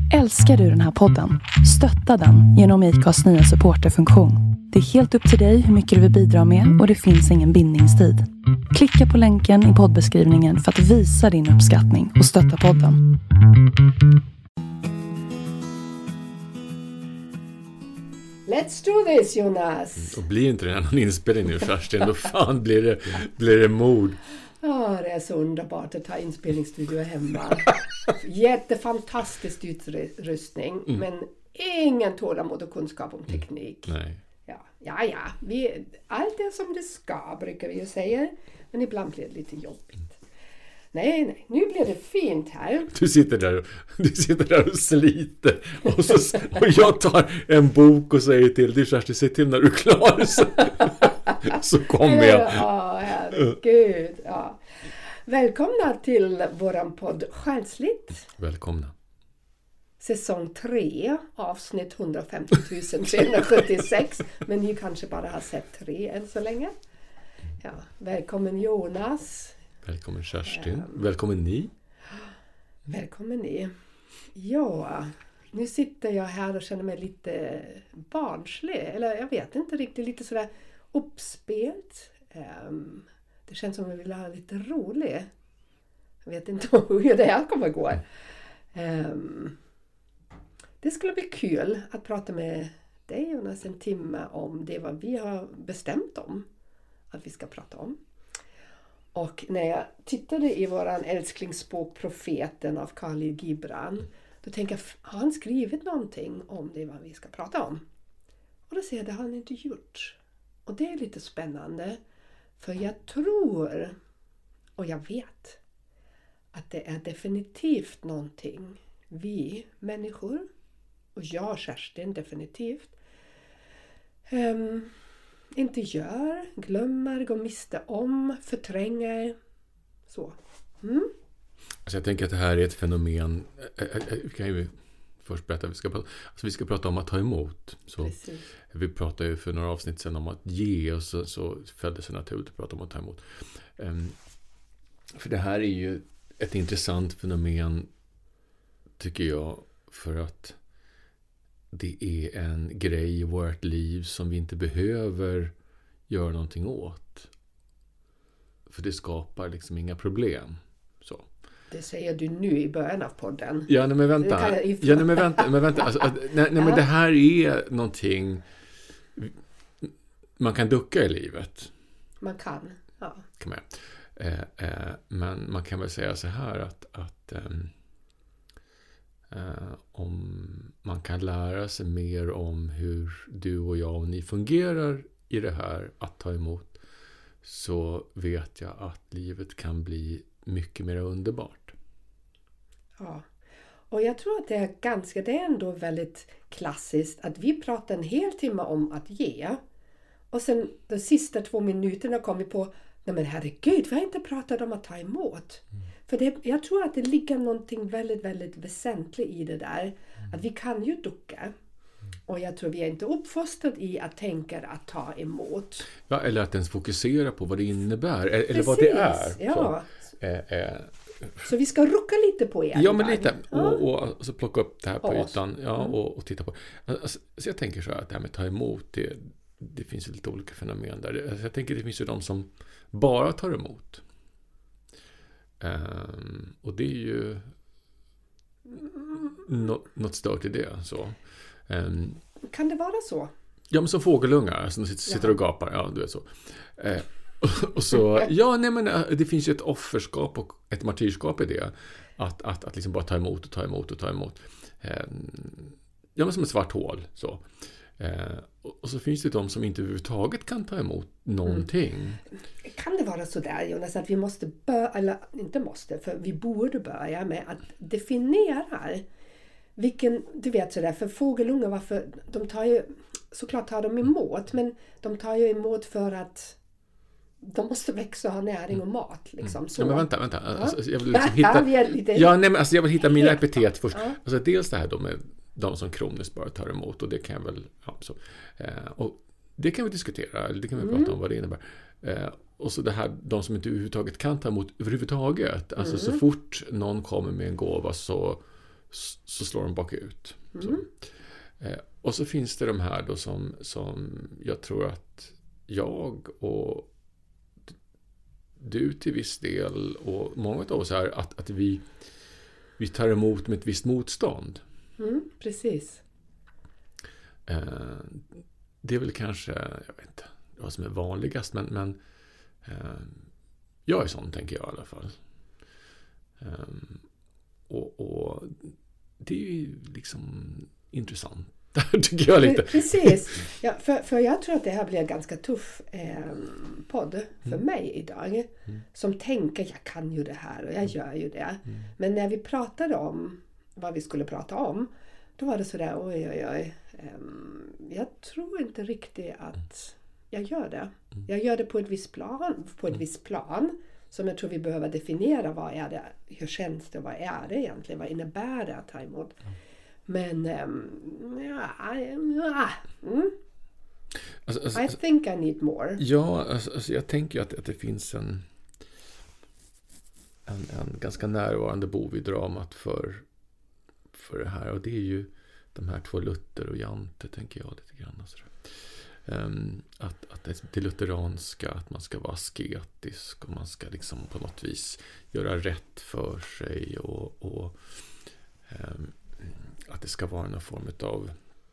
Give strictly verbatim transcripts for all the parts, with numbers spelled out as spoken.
Älskar du den här podden? Stötta den genom I C A:s nya supporterfunktion. Det är helt upp till dig hur mycket du vill bidra med och det finns ingen bindningstid. Klicka på länken i poddbeskrivningen för att visa din uppskattning och stötta podden. Let's do this, Jonas! Och blir inte det här någon inspelning nu, Kerstin? Då fan blir det, blir det mord. Ja, det är så underbart att ha inspelningsstudio hemma. Jättefantastisk utrustning, mm. men ingen tålamod och kunskap om teknik. Mm. Nej. Ja, ja, ja. Vi, allt är som det ska, brukar vi ju säga. Men ibland blir det lite jobbigt. Nej, nej. Nu blir det fint här. Du sitter där, du sitter där och sliter. Och, så, och jag tar en bok och säger till dig, Kerstin, se till när du är klar. Så, så kommer jag. Ja, herregud. Ja. Välkomna till våran podd Själsligt. Välkomna. Säsong tre, avsnitt etthundrafemtio tusen trehundrasjuttiosex. Men ni kanske bara har sett tre än så länge. Ja, välkommen Jonas. Välkommen Kerstin. Um, välkommen ni. Välkommen ni. Ja, nu sitter jag här och känner mig lite barnslig. Eller jag vet inte riktigt, lite sådär uppspelt. Um, det känns som att jag vill ha lite roligt. Jag vet inte hur det här kommer gå. Um, det skulle bli kul att prata med dig Jonas en timme om det vad vi har bestämt om att vi ska prata om. Och när jag tittade i våran älsklingsbok Profeten av Khalil Gibran, då tänkte jag, har han skrivit någonting om det vad vi ska prata om? Och då ser jag, det har han inte gjort. Och det är lite spännande, för jag tror, och jag vet, att det är definitivt någonting vi människor, och jag Kerstin definitivt, um, inte gör, glömmer, går miste om, förtränger. Så. Mm. Alltså jag tänker att det här är ett fenomen. Vi kan ju först berätta. Vi ska, alltså vi ska prata om att ta emot. Så vi pratade ju för några avsnitt sedan om att ge. Och så, så föddes det naturligt att prata om att ta emot. Um, för det här är ju ett intressant fenomen, tycker jag. För att det är en grej i vårt liv som vi inte behöver göra någonting åt. För det skapar liksom inga problem. Så. Det säger du nu i början av podden. Ja, nej, men vänta. Ja, nej, men vänta. Men vänta. Alltså, nej, nej, men det här är någonting man kan ducka i livet. Man kan, ja. Kan man. Eh, eh, men man kan väl säga så här att... att eh, Uh, om man kan lära sig mer om hur du och jag och ni fungerar i det här att ta emot, så vet jag att livet kan bli mycket mer underbart. Ja, och jag tror att det är ganska, det är ändå väldigt klassiskt att vi pratar en hel timme om att ge, och sen de sista två minuterna kom vi på, nej men herregud, vi har inte pratat om att ta emot. Mm. För det, jag tror att det ligger någonting väldigt, väldigt väsentligt i det där. Mm. Att vi kan ju ducka. Mm. Och jag tror vi är inte uppfostrade i att tänka att ta emot. Ja, eller att ens fokusera på vad det innebär. Eller Precis, vad det är. Ja. Så, eh, eh. så vi ska rucka lite på er. Ja, men lite. Ja. Och, och, och så plocka upp det här på och ytan. Ja, mm. och, och titta på. Alltså, så jag tänker så här att det här med att ta emot, det, det finns ju lite olika fenomen där. Alltså, jag tänker det finns ju de som bara tar emot. Um, och det är ju no, något stört i det. Så. Um, kan det vara så? Ja, men som fågelungar som sitter, sitter och gapar. Ja, du vet så. Uh, och, och så ja, nej, men det finns ju ett offerskap och ett martyrskap i det. Att, att, att liksom bara ta emot och ta emot och ta emot. Um, ja, men som ett svart hål. Så. Eh, och så finns det de som inte överhuvudtaget kan ta emot någonting. Mm. Kan det vara så där, Jonas, att vi måste börja, eller inte måste, för vi borde börja med att definiera vilken, du vet sådär, för fågelungar, varför de tar ju, såklart tar de emot, men de tar ju emot för att de måste växa och ha näring och mat. Liksom. Så. Ja, men vänta, vänta. Ja. Alltså, jag vill liksom hitta, lite... ja, nej, men alltså, jag vill hitta mina epitet först. Ja. Alltså, dels det här då med de som kroniskt bara tar emot, och det kan jag väl, ja, så. Eh, och det kan vi diskutera, eller det kan vi mm. prata om vad det innebär. Eh, och så det här, de som inte överhuvudtaget kan ta emot överhuvudtaget. Alltså mm. så fort någon kommer med en gåva så, så slår de bakut. Mm. Så. Eh, och så finns det de här då som, som jag tror att jag och du till viss del och många av oss är att, att vi, vi tar emot med ett visst motstånd. Mm, precis. Eh, det är väl kanske, jag vet inte vad som är vanligast, men, men eh, jag är sån, tänker jag i alla fall. Eh, och, och det är ju liksom intressant. Tycker jag lite. Precis. Ja, för, för jag tror att det här blir en ganska tuff eh, podd för mm. mig idag. Mm. Som tänker, jag kan ju det här och jag gör ju det. Mm. Men när vi pratade om vad vi skulle prata om, då var det sådär, oj oj oj. Eh, jag tror inte riktigt att jag gör det. Mm. Jag gör det på ett visst plan, på ett mm. visst plan. Som jag tror vi behöver definiera, vad är det, hur känns det, vad är det egentligen, vad innebär det att ta emot? Mm. Men um, ja, ja mm. alltså, alltså, I think I need more. Ja, alltså, alltså jag tänker ju att, att det finns en, en en ganska närvarande bov i dramat för, för det här. Och det är ju de här två Luther och Jante, tänker jag lite grann. Alltså. Um, att, att det, det lutheranska, att man ska vara asketisk och man ska liksom på något vis göra rätt för sig och, och um, att det ska vara någon form av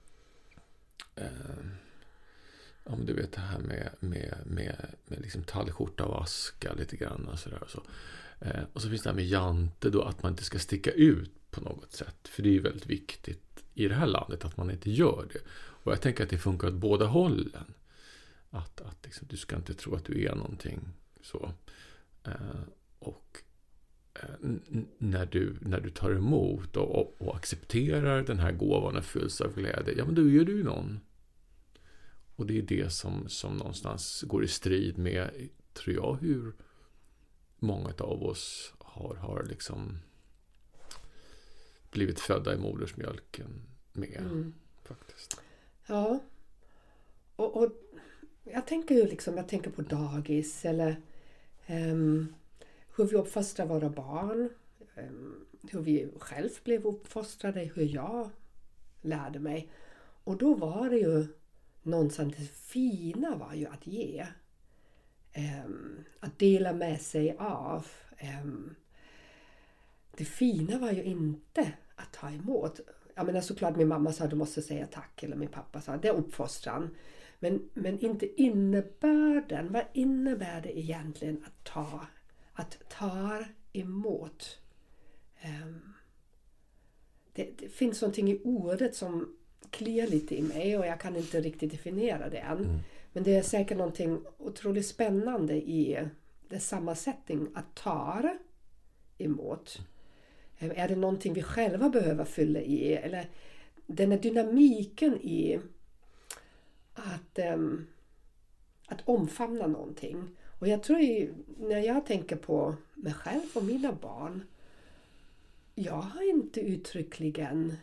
eh, ja, men du vet det här med, med, med, med liksom tallskjorta och aska lite grann och sådär. Och, så. Eh, och så finns det här med Jante då, att man inte ska sticka ut på något sätt. För det är ju väldigt viktigt i det här landet att man inte gör det. Och jag tänker att det funkar åt båda hållen. Att, att liksom, du ska inte tro att du är någonting så. Eh, och N- när du, när du tar emot och, och, och accepterar den här gåvan och fylls av glädje, ja men då är du ju någon. Och det är det som, som någonstans går i strid med, tror jag, hur många av oss har, har liksom blivit födda i modersmjölken med, mm. faktiskt. Ja. Och, och jag tänker ju liksom, jag tänker på dagis eller um, hur vi uppfostrar våra barn, hur vi själv blev uppfostrade, hur jag lärde mig. Och då var det ju någonstans det fina var ju att ge. Att dela med sig av. Det fina var ju inte att ta emot. Jag menar såklart min mamma sa att du måste säga tack, eller min pappa sa det är uppfostran. Men, men inte innebörden, vad innebär det egentligen att ta Att ta emot. Um, det, det finns någonting i ordet som kliar lite i mig och jag kan inte riktigt definiera det än. Mm. Men det är säkert någonting otroligt spännande i det sammansättning att ta emot. Um, är det någonting vi själva behöver fylla i? Eller den här dynamiken i att, um, att omfamna någonting. Och jag tror ju, när jag tänker på mig själv och mina barn, jag har inte uttryckligen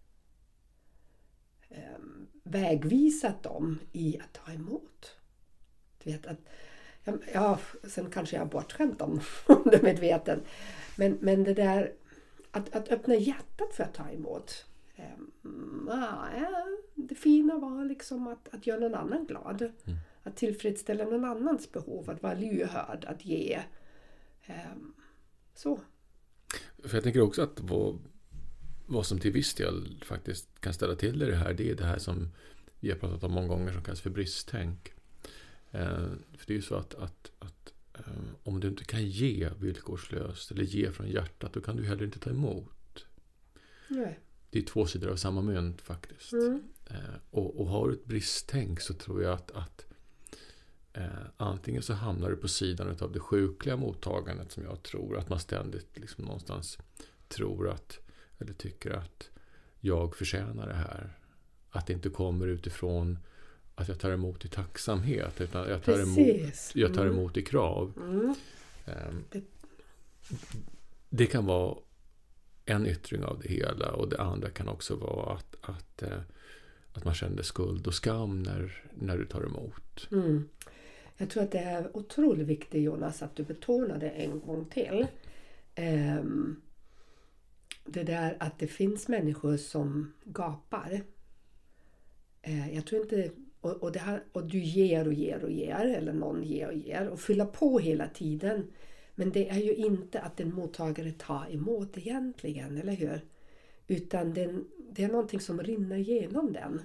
eh, vägvisat dem i att ta emot. Du vet att, ja, sen kanske jag har bortskämt om, om det medveten. Men, men det där, att, att öppna hjärtat för att ta emot. Eh, ja, det fina var liksom att, att göra någon annan glad. Mm. Att tillfredsställa någon annans behov, att vara lyhörd, att ge. Um, så. För jag tänker också att vad, vad som till viss del faktiskt kan ställa till det här, det är det här som vi har pratat om många gånger som kallas för bristtänk. Uh, för det är ju så att, att, att uh, om du inte kan ge villkorslöst eller ge från hjärtat, då kan du heller inte ta emot. Nej. Det är två sidor av samma mynt faktiskt. Mm. Uh, och, och har du ett bristtänk så tror jag att, att Eh, antingen så hamnar du på sidan av det sjukliga mottagandet som jag tror, att man ständigt liksom någonstans tror att, eller tycker att jag förtjänar det här. Att det inte kommer utifrån att jag tar emot i tacksamhet, utan jag tar, emot, jag tar emot i krav. Mm. Eh, det... det kan vara en yttring av det hela, och det andra kan också vara att, att, eh, att man känner skuld och skam när, när du tar emot. Mm. Jag tror att det är otroligt viktigt, Jonas, att du betonar det en gång till. Um, det där att det finns människor som gapar. Eh, jag tror inte... Och, och, det här, och du ger och ger och ger, eller någon ger och ger och fyller på hela tiden. Men det är ju inte att en mottagare tar emot egentligen, eller hur? Utan den, det är någonting som rinner igenom den.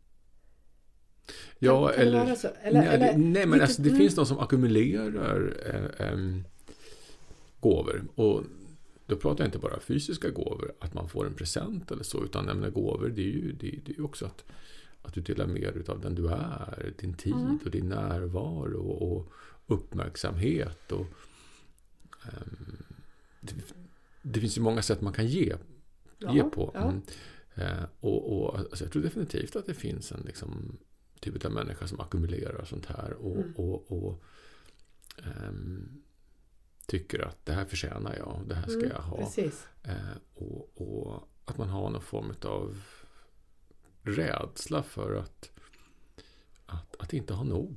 Ja, kan, kan eller, det vara så? Eller, nej, eller, nej, men lite, alltså, det mm. finns de som ackumulerar äh, äh, gåvor. Och då pratar jag inte bara fysiska gåvor, att man får en present eller så, utan nämna gåvor, det är ju det, det är också att, att du delar mer av den du är, din tid mm. och din närvaro och, och uppmärksamhet. Och, ähm, det, det finns ju många sätt man kan ge, ja, ge på. Ja. Mm. Äh, och och alltså, jag tror definitivt att det finns en liksom, typ av människa som ackumulerar sånt här och, mm. och, och ähm, tycker att det här förtjänar jag, det här ska mm, jag ha. Precis. Eh, och, och att man har någon form av rädsla för att, att, att inte ha nog.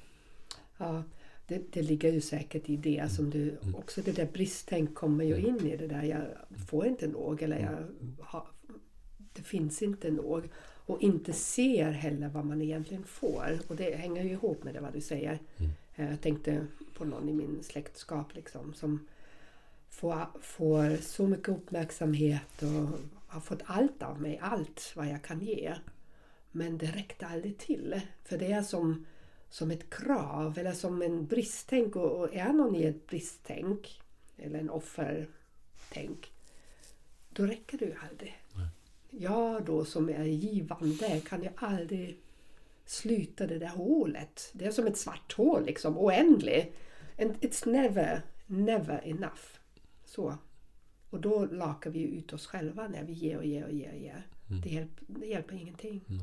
Ja, det, det ligger ju säkert i det mm. som du mm. också, det där bristtänk kommer ju in i det där, jag får inte nog eller jag har, det finns inte nog. Och inte ser heller vad man egentligen får. Och det hänger ju ihop med det vad du säger. Mm. Jag tänkte på någon i min släktskap liksom, som får, får så mycket uppmärksamhet och har fått allt av mig. Allt vad jag kan ge. Men det räckte aldrig till. För det är som, som ett krav eller som en bristtänk. Och, och är någon i ett bristtänk eller en offertänk, då räcker det ju aldrig. Mm. Jag då som är givande kan ju aldrig sluta det där hålet. Det är som ett svart hål liksom, oändligt. And it's never, never enough. Så. Och då lakar vi ut oss själva när vi ger och ger och ger och ger. Mm. Det, hjälper, det hjälper ingenting. Nej.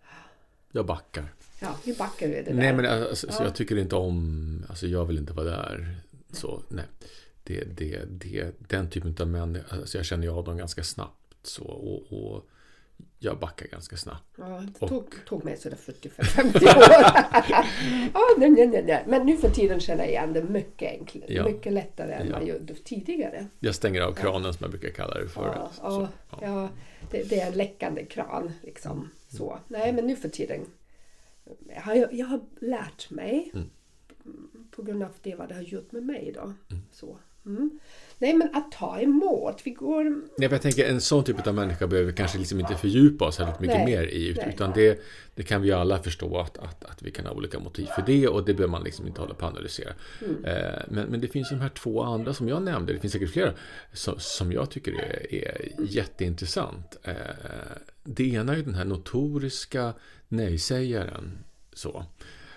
Jag backar. Ja, vi backar ju det Nej, där. men alltså, ja. jag tycker inte om, alltså jag vill inte vara där. Så, nej. Det, det, det, den typen av män, alltså jag känner jag dem ganska snabbt. Så, och, och jag backar ganska snabbt. Ja, det och, tog, tog mig sådär fyrtiofem femtio år. ja, nej, nej, nej, nej. Men nu för tiden känner jag igen det mycket enklare. Ja. Mycket lättare än ja. man gjorde tidigare. Jag stänger av kranen ja. som jag brukar kalla det för. Ja, ja, ja. ja det, det är en läckande kran. Liksom. Mm. Så. Nej, men nu för tiden har jag, jag har lärt mig mm. på grund av det vad det har gjort med mig då. Mm. Så. Mm. Nej, men att ta emot. Vi går... Nej, jag tänker en sån typ av människa behöver kanske liksom inte fördjupa oss väldigt mycket nej, mer i. Utan nej. det, det kan vi alla förstå att, att, att vi kan ha olika motiv för det. Och det behöver man liksom inte hålla på att analysera. Mm. Eh, men, men det finns de här två andra som jag nämnde. Det finns säkert flera som, som jag tycker är, är jätteintressant. Eh, det ena är ju den här notoriska nej-sägaren. Så.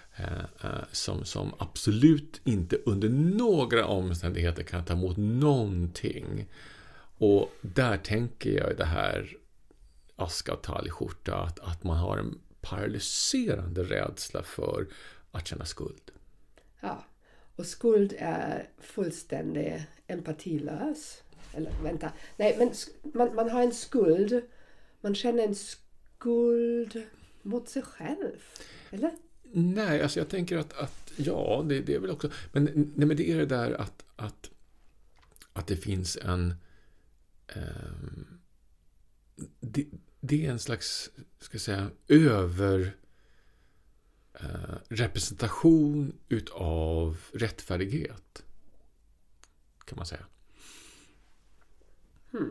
Som, som absolut inte under några omständigheter kan ta emot någonting. Och där tänker jag det här aska och talgskjorta att, att man har en paralyserande rädsla för att känna skuld. Ja, och skuld är fullständigt empatilös. Eller vänta, nej men man, man har en skuld, man känner en skuld mot sig själv, eller? Nej, alltså jag tänker att, att ja, det, det är väl också, men, nej, men det är det där att, att, att det finns en eh, det, det är en slags, ska jag säga, över eh, representation utav rättfärdighet, kan man säga. Hmm.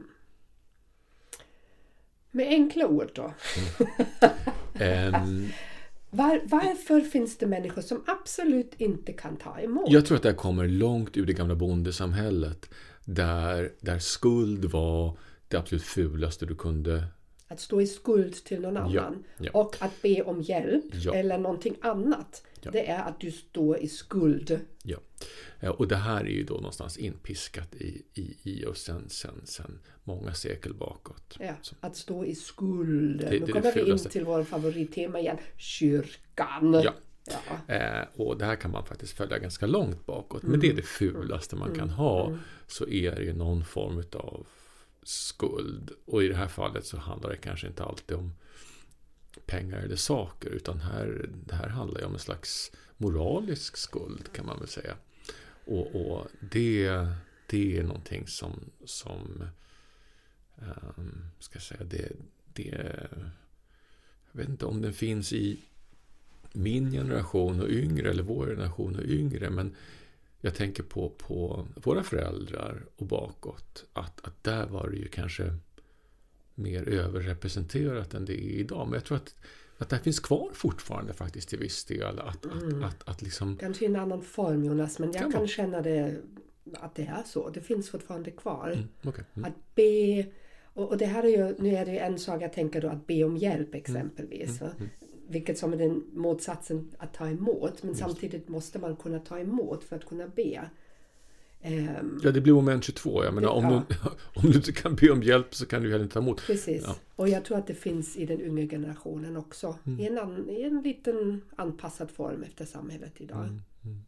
Med enkla ord då. Mm. um, Var, varför finns det människor som absolut inte kan ta emot? Jag tror att det kommer långt ur det gamla bondesamhället där, där skuld var det absolut fulaste du kunde. Att stå i skuld till någon annan. Ja, ja. Och att be om hjälp ja. eller någonting annat. Ja. Det är att du står i skuld. Ja, och det här är ju då någonstans inpiskat i, i, i oss sen, sen, sen många sekel bakåt. Ja, att stå i skuld. Det, nu det kommer vi in till vår favorittema igen. Kyrkan. Ja. Ja. Eh, och det här kan man faktiskt följa ganska långt bakåt. Mm. Men det är det fulaste man mm. kan ha. Mm. Så är det ju någon form av skuld. Och i det här fallet så handlar det kanske inte alltid om pengar eller saker. Utan här, det här handlar ju om en slags moralisk skuld, kan man väl säga. Och, och det, det är någonting som, som um, ska jag säga, det, det, jag vet inte om den finns i min generation och yngre, eller vår generation och yngre, men jag tänker på, på våra föräldrar och bakåt, att, att där var det ju kanske mer överrepresenterat än det är idag. Men jag tror att, att det finns kvar fortfarande faktiskt till viss del. Att, mm. att, att, att liksom... Kanske i en annan form, Jonas, men jag kan, kan känna det, att det är så. Det finns fortfarande kvar. Mm. Okay. Mm. Att be, och, och det här är ju, nu är det ju en sak jag tänker då, att be om hjälp exempelvis. Mm. Mm. Vilket som är den motsatsen att ta emot. Men Just. Samtidigt måste man kunna ta emot för att kunna be. Um, ja, det blir moment tjugotvå. Jag menar, det, om, ja. du, om du inte kan be om hjälp så kan du heller inte ta emot. Precis. Ja. Och jag tror att det finns i den unga generationen också. Mm. I, en an, I en liten anpassad form efter samhället idag. Mm. Mm.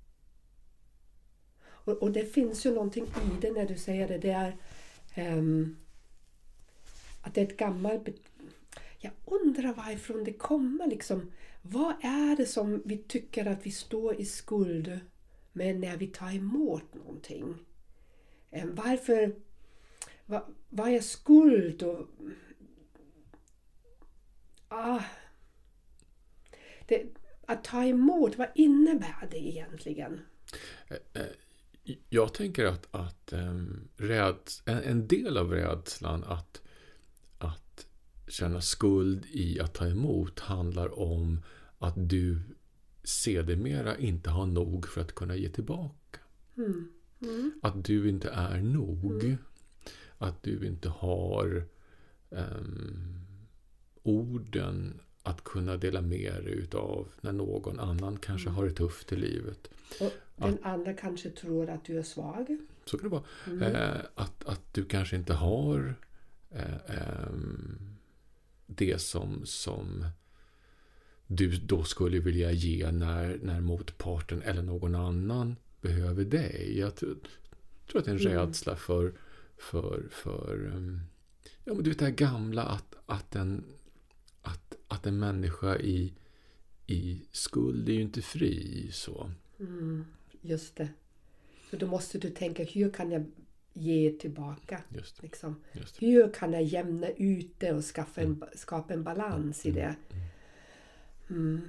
Och, och det finns ju någonting i det när du säger det. Det är um, att det är ett gammalt... Jag undrar varifrån det kommer. Liksom. Vad är det som vi tycker att vi står i skuld med när vi tar emot någonting? Varför... Vad, vad är skuld? Och, ah, det, att ta emot, vad innebär det egentligen? Jag tänker att, att um, räds, en, en del av rädslan att, att känna skuld i att ta emot handlar om att du sedermera inte har nog för att kunna ge tillbaka. Mm. Mm. Att du inte är nog. Mm. Att du inte har um, orden att kunna dela med dig utav när någon annan kanske mm. har det tufft i livet. Och den att, andra kanske tror att du är svag. Så kan det vara. Mm. Eh, att, att du kanske inte har eh, eh, det som, som du då skulle vilja ge när, när motparten eller någon annan behöver dig. Jag tror, tror att det är en mm. rädsla för för, för um, ja, men du vet det här gamla att, att, en, att, att en människa i, i skuld är ju inte fri så. Mm, just det. Så då måste du tänka, hur kan jag ge tillbaka? Just det. Liksom. Just det. Hur kan jag jämna ut det och skaffa en, mm. skapa en balans mm. i det? Mm.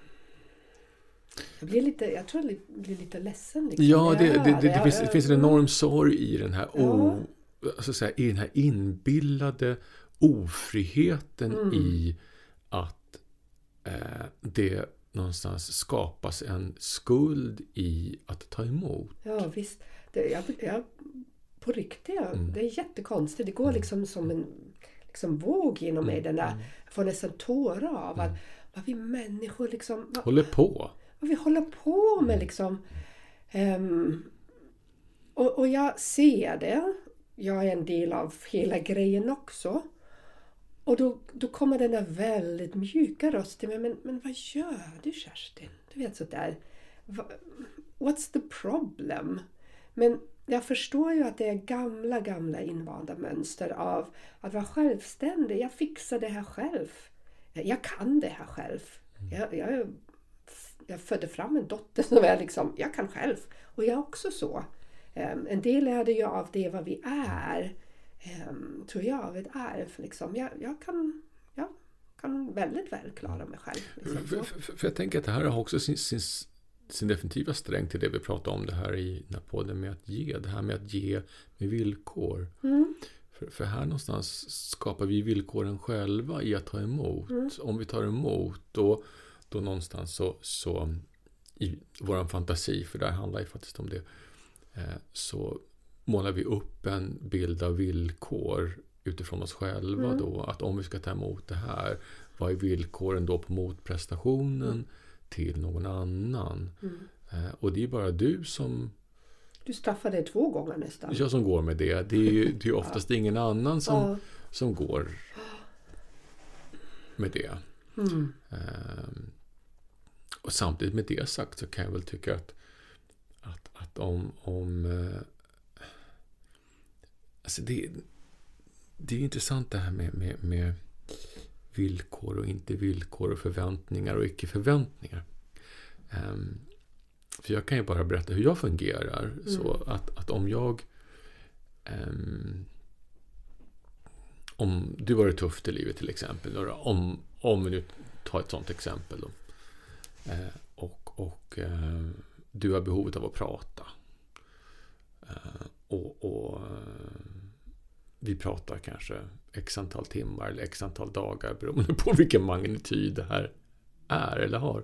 Jag blir lite, jag tror jag blir lite ledsen. Liksom. Ja, det, det, det, det, finns, det finns en enorm sorg i den här, ja. o, alltså så här, i den här inbillade ofriheten mm. i att eh, det någonstans skapas en skuld i att ta emot. Ja, visst. Det, jag, jag, på riktigt, mm. det är jättekonstigt. Det går liksom som en liksom våg genom mig. Den där, jag får nästan tårar av att vad vi människor liksom... Vad, håller på. Vad vi håller på med liksom. Um, och, och jag ser det. Jag är en del av hela grejen också. Och då, då kommer den där väldigt mjuka rösten. Men, men vad gör du, Kerstin? Du vet sådär. What's the problem? Men jag förstår ju att det är gamla, gamla invanda mönster av att vara självständig. Jag fixar det här själv. Jag kan det här själv. Jag, jag, jag födde fram en dotter som är liksom, jag kan själv. Och jag är också så. Um, en del är det ju av det vad vi är. Um, tror jag av ett arv. Liksom. Jag, jag, kan, jag kan väldigt väl klara mig själv. Liksom. För, för, för jag tänker att det här har också sin, sin, sin definitiva sträng till det vi pratar om det här i den här podden med att ge. Det här med att ge med villkor. Mm. För, för här någonstans skapar vi villkoren själva i att ta emot. Mm. Om vi tar emot då, då någonstans så, så i vår fantasi, för där handlar det faktiskt om det, eh, så målar vi upp en bild av villkor utifrån oss själva mm. då. Att om vi ska ta emot det här, vad är villkoren då på motprestationen mm. till någon annan? Mm. Eh, och det är bara du som Du straffar dig två gånger nästan. Jag som går med det. Det är ju det är oftast ja. ingen annan som, ja. som går med det. Mm. Um, och samtidigt med det sagt så kan jag väl tycka att, att, att om, om uh, alltså det, det är intressant det här med, med, med villkor och inte villkor och förväntningar och icke förväntningar. Um, För jag kan ju bara berätta hur jag fungerar. Mm. Så att, att om jag um, om du har det tufft i livet till exempel, då, om, om vi nu tar ett sånt exempel då, eh, och, och eh, du har behovet av att prata eh, och, och eh, vi pratar kanske x antal timmar eller x antal dagar beroende på vilken magnitud det här är eller har.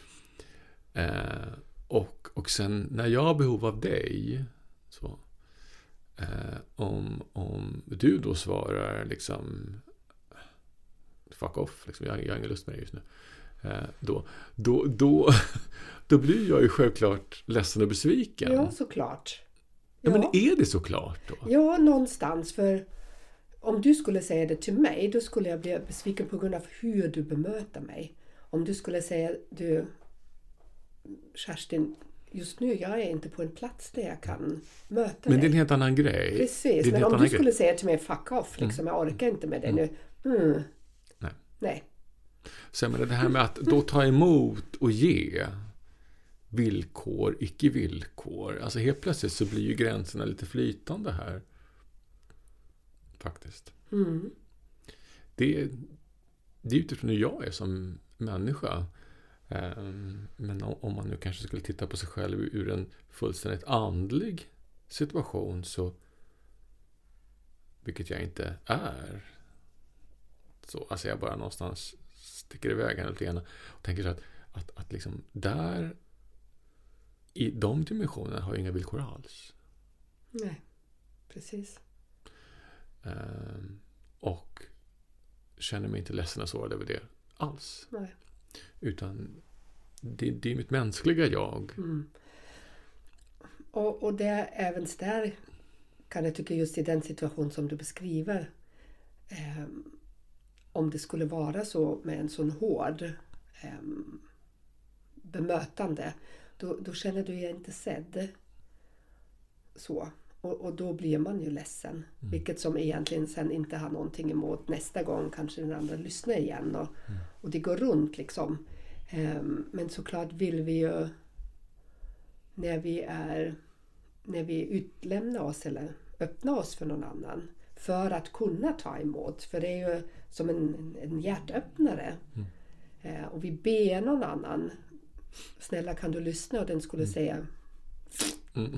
Eh, och, och sen när jag har behov av dig så eh, om, om du då svarar liksom fuck off, liksom, jag, jag har ingen lust med det just nu. Eh, då, då, då, då blir jag ju självklart ledsen och besviken. Ja, såklart. Ja, men är det såklart då? Ja, någonstans. För om du skulle säga det till mig, då skulle jag bli besviken på grund av hur du bemöter mig. Om du skulle säga, du Kerstin, just nu jag är inte på en plats där jag kan möta dig. Men det är en helt annan grej. Precis, men om du skulle grej. säga till mig fuck off, liksom, mm. jag orkar inte med det mm. nu. Mm. Nej. Nej. Så men det här med att då ta emot och ge villkor, icke-villkor. Alltså helt plötsligt så blir ju gränserna lite flytande här. Faktiskt. Mm. Det, det är utifrån hur jag är som människa. Men om man nu kanske skulle titta på sig själv ur en fullständigt andlig situation så, vilket jag inte är, så alltså jag bara någonstans sticker iväg här lite grann och tänker så att, att, att liksom där i de dimensionerna har jag inga villkor alls. Nej, precis. Um, och känner mig inte ledsen och sårad över det alls. Nej. Utan det, det är mitt mänskliga jag. Mm. Och, och det är även där kan jag tycka just i den situation som du beskriver. Eh, om det skulle vara så med en sån hård eh, bemötande. Då, då känner du dig inte sedd. Så. Och, och då blir man ju ledsen. Mm. Vilket som egentligen sen inte har någonting emot nästa gång. Kanske den andra lyssnar igen. Och, mm. och det går runt liksom. Um, men såklart vill vi ju när vi är när vi utlämnar oss eller öppnar oss för någon annan. För att kunna ta emot. För det är ju som en, en hjärtöppnare. Mm. Uh, och vi ber någon annan. Snälla kan du lyssna? Och den skulle mm. säga Mm.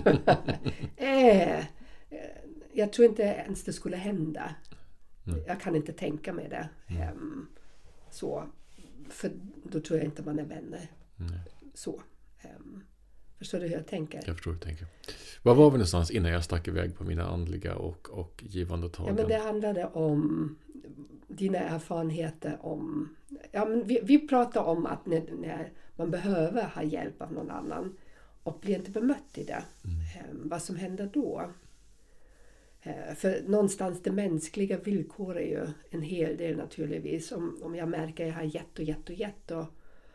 eh, jag tror inte ens det skulle hända. Mm. Jag kan inte tänka mig det. Mm. Um, så. För då tror jag inte man är vänner. Mm. Så. Um, förstår du hur jag tänker? Jag förstår hur du tänker. Var var vi någonstans innan jag stack iväg på mina andliga och, och givande tal? Ja, men det handlade om dina erfarenheter om... Ja, men vi, vi pratar om att när, när man behöver ha hjälp av någon annan och blir inte bemött i det. Mm. Vad som händer då? För någonstans det mänskliga villkor är ju en hel del naturligtvis. Om, om jag märker att jag har gett och gett och gett och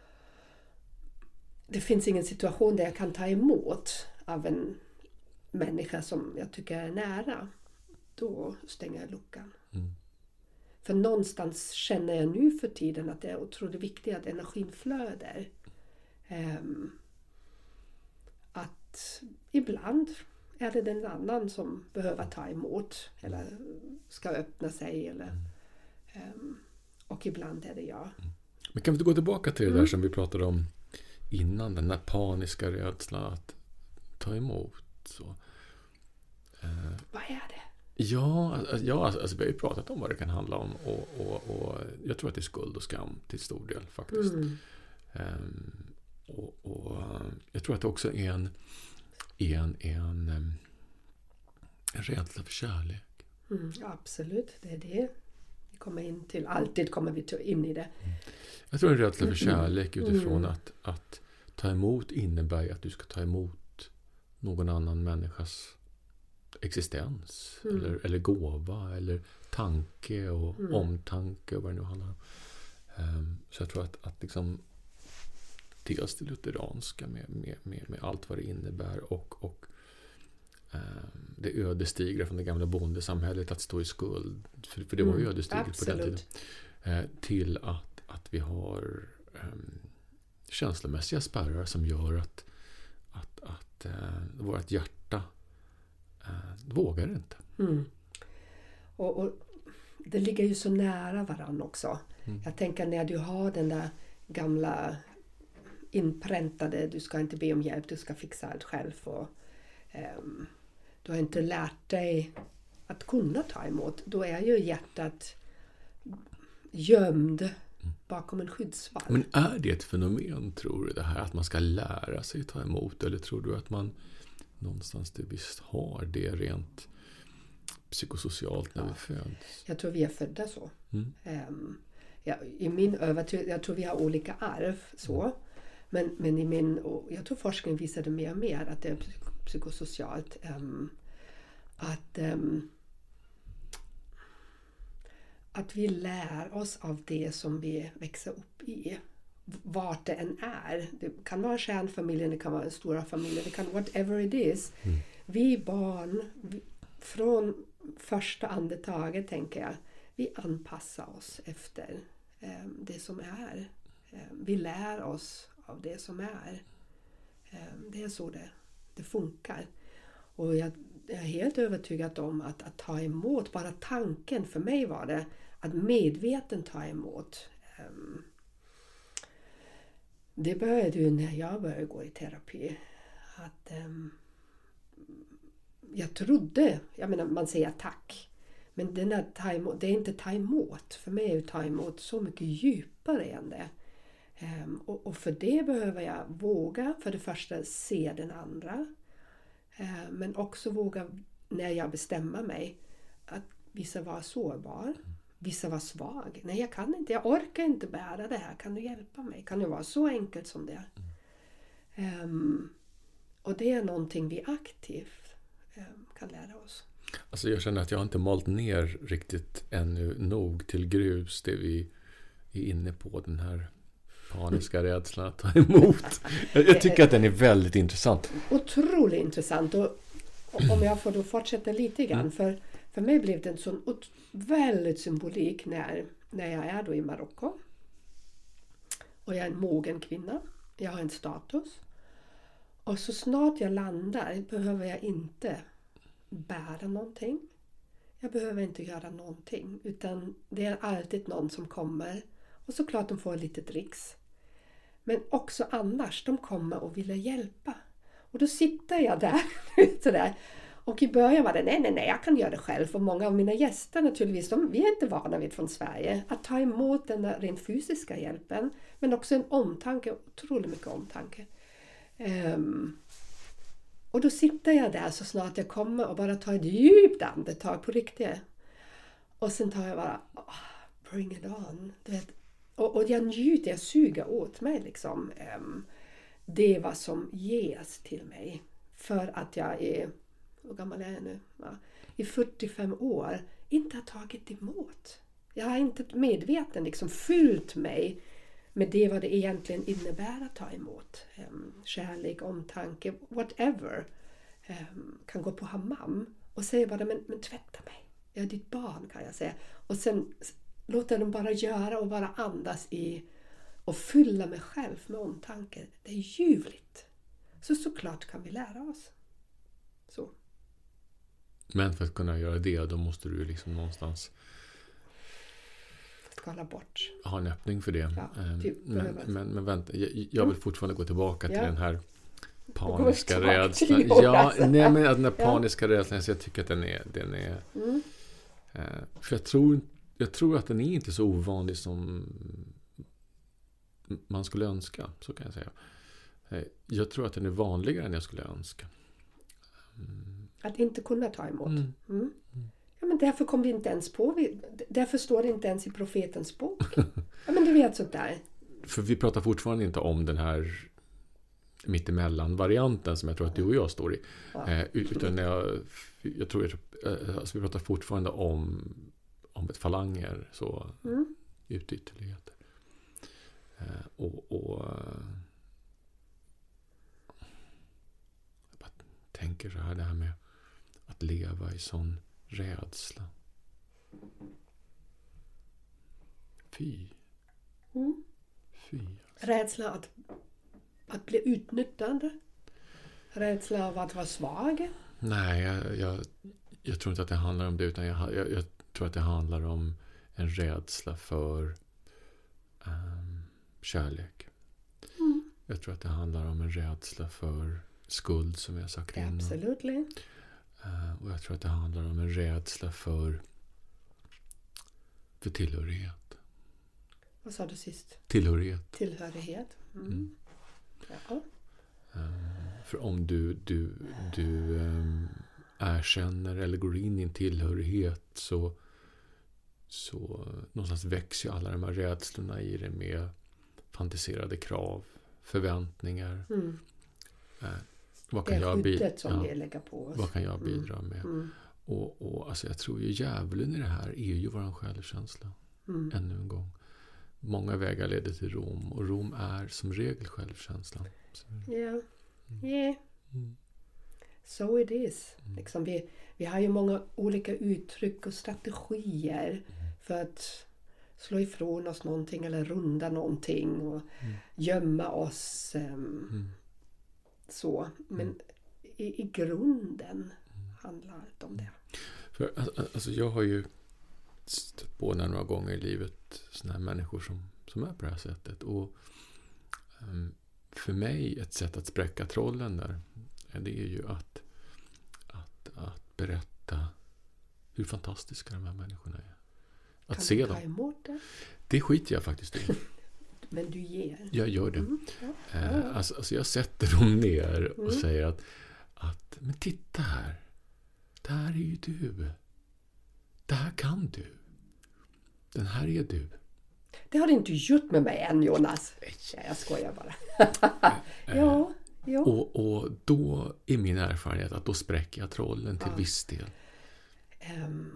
det finns ingen situation där jag kan ta emot av en människa som jag tycker är nära. Då stänger jag luckan. Mm. För någonstans känner jag nu för tiden att det är otroligt viktigt att energin flöder. Um, att ibland är det den annan som behöver ta emot eller ska öppna sig eller, um, och ibland är det jag. Men kan vi inte gå tillbaka till det där mm. som vi pratade om innan, den där paniska rädslan att ta emot så. Uh, Vad är det? Ja, ja alltså, vi har ju pratat om vad det kan handla om och, och, och jag tror att det är skuld och skam till stor del faktiskt. Mm. Um, och, och jag tror att det också är en en, en, en rädsla för kärlek. Mm, absolut, det är det. Vi kommer in till, alltid kommer vi in i det. Mm. Jag tror en rädsla för kärlek utifrån mm. att, att ta emot innebär att du ska ta emot någon annan människas existens mm. eller, eller gåva eller tanke och mm. omtanke och vad det nu handlar om. Um, så jag tror att, att liksom dels det lutheranska med, med, med, med allt vad det innebär och, och um, det ödesdigra från det gamla bondesamhället att stå i skuld, för, för det var ju mm, ödesdigert på den tiden, uh, till att, att vi har um, känslomässiga spärrar som gör att, att, att uh, vårt hjärta uh, vågar inte. Mm. Och, och det ligger ju så nära varann också. Mm. Jag tänker när du har den där gamla inpräntade, du ska inte be om hjälp, du ska fixa allt själv. Och, um, du har inte lärt dig att kunna ta emot. Då är ju hjärtat gömd bakom en skyddsvall. Men är det ett fenomen, tror du, det här att man ska lära sig ta emot? Eller tror du att man någonstans det visst har det rent psykosocialt när ja. vi föds? Jag tror vi är födda så. Mm. Um, ja, i min övertygelse, jag tror vi har olika arv så. Mm. Men, men i min, jag tror forskning visade mer och mer att det är psykosocialt. Um, att, um, att vi lär oss av det som vi växer upp i. Vart det än är. Det kan vara kärnfamiljen, det kan vara en stora familj, det kan whatever it is. Mm. Vi barn, vi, från första andetaget tänker jag, vi anpassar oss efter um, det som är. Um, vi lär oss av det som är. Um, det är så det, det funkar. Och jag, jag är helt övertygad om att, att ta emot, bara tanken för mig var det, att medveten ta emot. Um, det började ju när jag började gå i terapi. Att um, jag trodde, jag menar man säger tack. Men den här ta emot, det är inte ta emot. För mig är det ta emot så mycket djupare än det. Um, och, och för det behöver jag våga, för det första se den andra. Uh, men också våga när jag bestämmer mig att vissa var sårbar. Vissa var svag. Nej, jag kan inte. Jag orkar inte bära det här. Kan du hjälpa mig? Kan det vara så enkelt som det? Um, och det är någonting vi aktivt um, kan lära oss. Alltså jag känner att jag inte malt ner riktigt ännu nog till grus det vi är inne på, den här paniska rädslan att ta emot. Jag, jag tycker att den är väldigt intressant. Otroligt intressant. Och om jag får då fortsätta lite grann. Mm. För, för mig blev det en sån väldigt symbolik när, när jag är då i Marocko. Och jag är en mogen kvinna. Jag har en status. Och så snart jag landar behöver jag inte bära någonting. Jag behöver inte göra någonting. Utan det är alltid någon som kommer. Och såklart de får lite dricks. Men också annars, de kommer och vill hjälpa. Och då sitter jag där. sådär. Och i början var det, nej, nej, nej, jag kan göra det själv. Och många av mina gäster naturligtvis, de, vi är inte vana vid från Sverige. Att ta emot den rent fysiska hjälpen. Men också en omtanke, otroligt mycket omtanke. Um, och då sitter jag där så snart jag kommer och bara tar ett djupt andetag på riktigt. Och sen tar jag bara, oh, bring it on. Du vet, och, och jag njuter, jag suger åt mig liksom. Um, det är vad som ges till mig. För att jag är, hur gammal är jag nu? Ja, i fyrtiofem år inte har tagit emot. Jag har inte medveten liksom fyllt mig med det vad det egentligen innebär att ta emot. Um, kärlek, omtanke, whatever. Um, kan gå på hammam och säga bara, men, men tvätta mig. Jag är ditt barn, kan jag säga. Och sen låta dem bara göra och bara andas i och fylla mig själv med omtanke. Det är ljuvligt. Så såklart kan vi lära oss. Så. Men för att kunna göra det, då måste du liksom någonstans skala bort. Ha en öppning för det. Ja, typ, men, men, men vänta, jag, jag vill fortfarande gå tillbaka till ja. den här paniska till rädslan. Ja, alltså. nej, men den här paniska ja. rädslan, så jag tycker att den är, den är mm. eh, för jag tror, jag tror att den är inte så ovanlig som man skulle önska, så kan jag säga. Eh, jag tror att den är vanligare än jag skulle önska. Mm. Att inte kunna ta emot. Mm. Mm. Mm. Ja, men därför kom vi inte ens på. Vi, därför står det inte ens i profetens bok. Ja, men du vet sånt där. För vi pratar fortfarande inte om den här mittemellan-varianten som jag tror att du och jag står i. Ja. Eh, utan jag, jag tror att alltså vi pratar fortfarande om, om ett falanger, så mm. ut ytterligheter. Eh, och, och jag bara tänker så här, det här med att leva i sån rädsla. Fy. Mm. Fy. Rädsla att, att bli utnyttjad. Rädsla av att vara svag. Nej, jag, jag, jag tror inte att det handlar om det, utan jag, jag, jag tror tror att det handlar om en rädsla för um, kärlek. Mm. Jag tror att det handlar om en rädsla för skuld, som jag sagt innan. Absolut. Uh, och jag tror att det handlar om en rädsla för, för tillhörighet. Vad sa du sist? Tillhörighet. Tillhörighet. Mm. Mm. Ja. Uh, för om du, du, du um, erkänner eller går in i en tillhörighet, så, så någonstans växer ju alla de här rädslorna i det med fantiserade krav, förväntningar. Mm. Uh, vad kan det är jag skyddet som ja, vi lägger på oss. Vad kan jag bidra mm. med? Mm. Och, och alltså jag tror ju djävulen i det här är ju våran självkänsla. Mm. Ännu en gång. Många vägar leder till Rom, och Rom är som regel självkänslan. Ja. Yeah. Yeah. Mm. So it is. Mm. Liksom vi, vi har ju många olika uttryck och strategier mm. för att slå ifrån oss någonting eller runda någonting och mm. gömma oss. Um, mm. Så. Men mm. i, i grunden mm. handlar det om det. För, alltså, jag har ju stött på några gånger i livet såna här människor som, som är på det här sättet. Och um, för mig ett sätt att spräcka trollen där, det är ju att, att, att berätta hur fantastiska de här människorna är. Att kan se du dem. ta emot det? Det skiter jag faktiskt i. Men du ger. Jag gör det. Mm, ja. Eh, alltså, alltså jag sätter dem ner och mm. säger att, att men titta här. Det här är ju du. Det här kan du. Den här är du. Det har du inte gjort med mig än, Jonas. Nej, jag skojar bara. ja, ja. Och, och då är min erfarenhet att då spräcker jag trollen till ja. viss del. Um,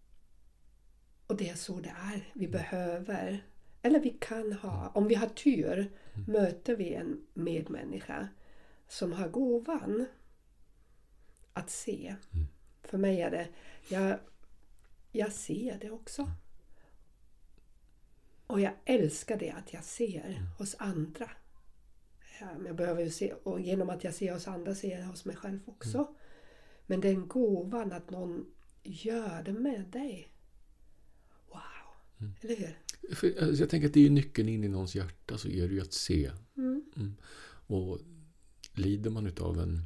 och det är så det är. Vi mm. behöver, eller vi kan ha, om vi har tur, mm. möter vi en medmänniska som har gåvan att se. Mm. För mig är det, jag, jag ser det också. Och jag älskar det att jag ser mm. hos andra. Jag behöver ju se, och genom att jag ser hos andra ser jag hos mig själv också. Mm. Men den gåvan att någon gör det med dig. Wow. Mm. Eller hur? För, alltså, jag tänker att det är nyckeln in i någons hjärta, så är det ju att se. Mm. Mm. Och lider man utav en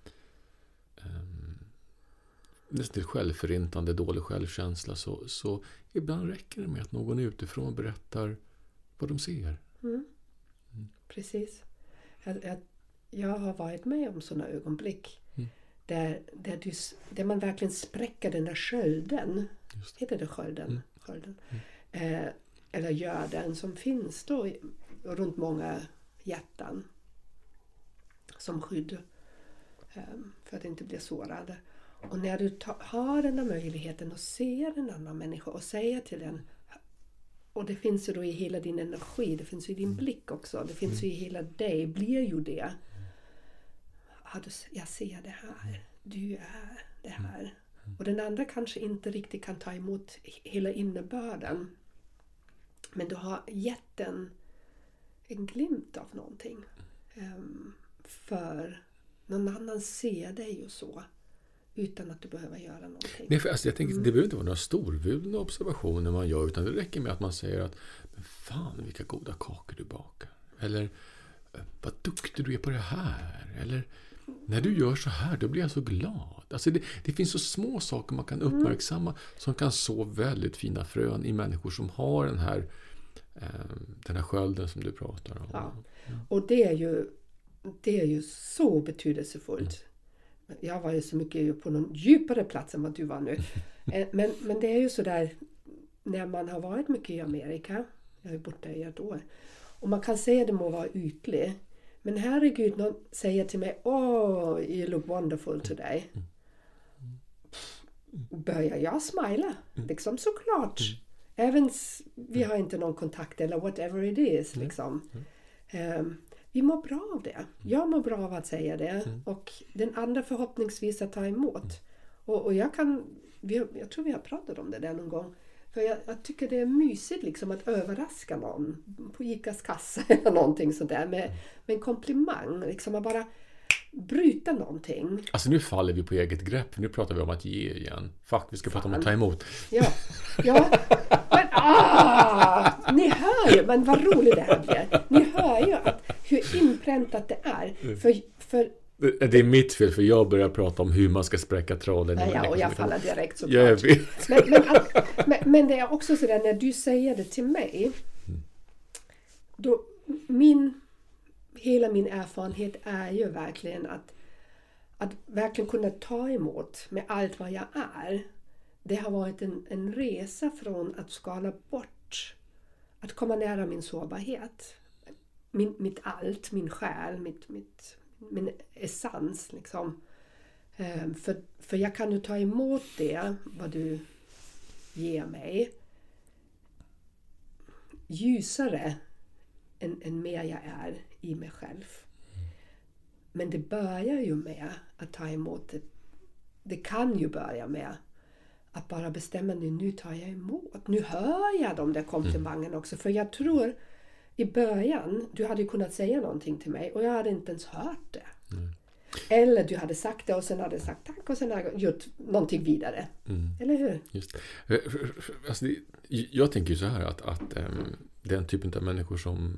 um, nästan självförintande dålig självkänsla, så, så ibland räcker det med att någon utifrån berättar vad de ser. Mm. Mm. Precis. Jag, jag, jag har varit med om sådana ögonblick mm. där, där, du, där man verkligen spräcker den där skölden. Heter det skölden? Mm. skölden. Mm. Eh, eller görden som finns då i, runt många hjärtan som skydd eh, för att inte bli sårade. Och när du ta, har den här möjligheten att se en annan människa och säga till den, och det finns ju då i hela din energi, det finns ju i din blick också, det finns ju i hela dig, blir ju det. Ja, du, jag ser det här, du är det här. Och den andra kanske inte riktigt kan ta emot hela innebörden. Men du har gett en, en glimt av någonting. Um, för någon annan ser dig ju så. Utan att du behöver göra någonting. Nej, för alltså, jag tänker, mm. det behöver inte vara några storvulna observationer man gör. Utan det räcker med att man säger att men fan vilka goda kakor du bakar. Eller vad duktig du är på det här. Eller när du gör så här, då blir jag så glad. Alltså det, det finns så små saker man kan uppmärksamma. Mm. Som kan så väldigt fina frön i människor som har den här, eh, den här skölden som du pratar om. Ja. Mm. Och det är ju, det är ju så betydelsefullt. Mm. Jag var ju så mycket på någon djupare plats än vad du var nu. Men, men det är ju så där när man har varit mycket i Amerika. Jag har ju bott där i ett år. Och man kan säga att det må vara ytlig. Men herregud, någon säger till mig, oh, you look wonderful today. Börjar jag smila? Liksom såklart. Även vi har inte någon kontakt eller whatever it is. Liksom. Um, Vi mår bra av det. Jag mår bra av att säga det. Mm. Och den andra förhoppningsvis att ta emot. Mm. Och, och jag kan... Vi, jag tror vi har pratat om det där någon gång. För jag, jag tycker det är mysigt liksom att överraska någon. På Icas kassa eller någonting sådär. Med, med en komplimang. Liksom att bara... bryta någonting. Alltså nu faller vi på eget grepp. Nu pratar vi om att ge igen. Fuck, vi ska Fan. prata om att ta emot. Ja, ja. Men, ah, ni hör ju, men vad roligt det här blir. Ni hör ju att, hur inpräntat det är. För, för det är mitt fel, för jag börjar prata om hur man ska spräcka tråden. Ja, ja, och jag faller direkt såklart. Jag vet. Men, men, att, men, men det är också sådär, när du säger det till mig, då min, hela min erfarenhet är ju verkligen att, att verkligen kunna ta emot med allt vad jag är. Det har varit en, en resa från att skala bort, att komma nära min sårbarhet. Min, mitt allt, min själ, mitt, mitt, min essens liksom. Um, för, för jag kan ju ta emot det, vad du ger mig, ljusare än, än mer jag är i mig själv. Men det börjar ju med att ta emot det. Det kan ju börja med att bara bestämma nu, nu tar jag emot. Nu hör jag de där komplimangen också. För jag tror i början, du hade kunnat säga någonting till mig och jag hade inte ens hört det. Mm. Eller du hade sagt det och sen hade sagt tack och sen hade jag gjort någonting vidare. Mm. Eller hur? Just det. Alltså det, jag tänker ju så här att, att um, den typen av människor som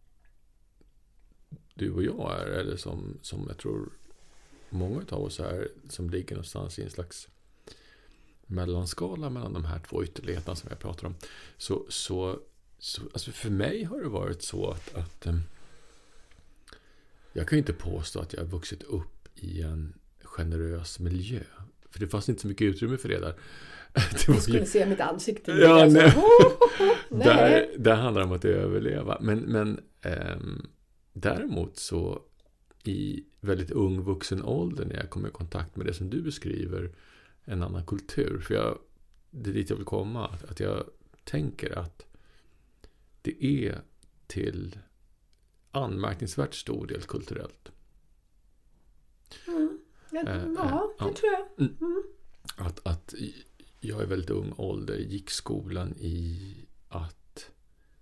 du och jag är, eller som, som jag tror många av oss är, som ligger någonstans i en slags mellanskala mellan de här två ytterligheterna som jag pratar om. Så, så, så alltså för mig har det varit så att, att um, jag kan ju inte påstå att jag har vuxit upp i en generös miljö. För det fanns inte så mycket utrymme för det där. Det var, du skulle se mitt ansikte. Ja, nej. Oh, oh, nej. Där, där handlar det om att överleva. Men, men um, däremot så i väldigt ung vuxen ålder, när jag kommer i kontakt med det som du beskriver, en annan kultur. För jag, det är dit jag vill komma. Att, att jag tänker att det är till anmärkningsvärt stor del kulturellt. Mm. Ja, äh, ja, det äh, tror jag. Mm. Att, att jag i väldigt ung ålder gick skolan i att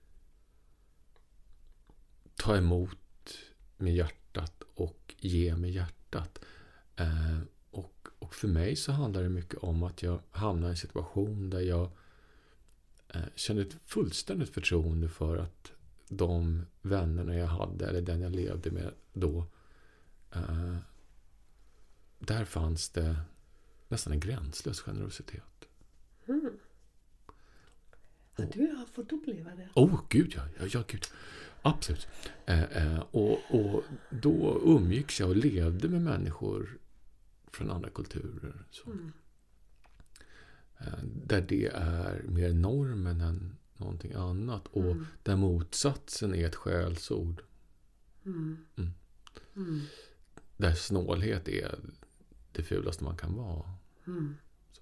ta emot med hjärtat och ge med hjärtat. Eh, och, och för mig så handlar det mycket om att jag hamnar i en situation där jag eh, känner ett fullständigt förtroende för att de vännerna jag hade, eller den jag levde med då, eh, där fanns det nästan en gränslös generositet. Mm. Ja, du har fått uppleva det. Åh, oh, gud ja, ja, ja gud. Absolut. Eh, eh, och, och då umgicks jag och levde med människor från andra kulturer. Så. Mm. Eh, där det är mer normen än någonting annat. Och mm. där motsatsen är ett skällsord. Mm. Mm. Mm. Där snålhet är det fulaste man kan vara. Mm.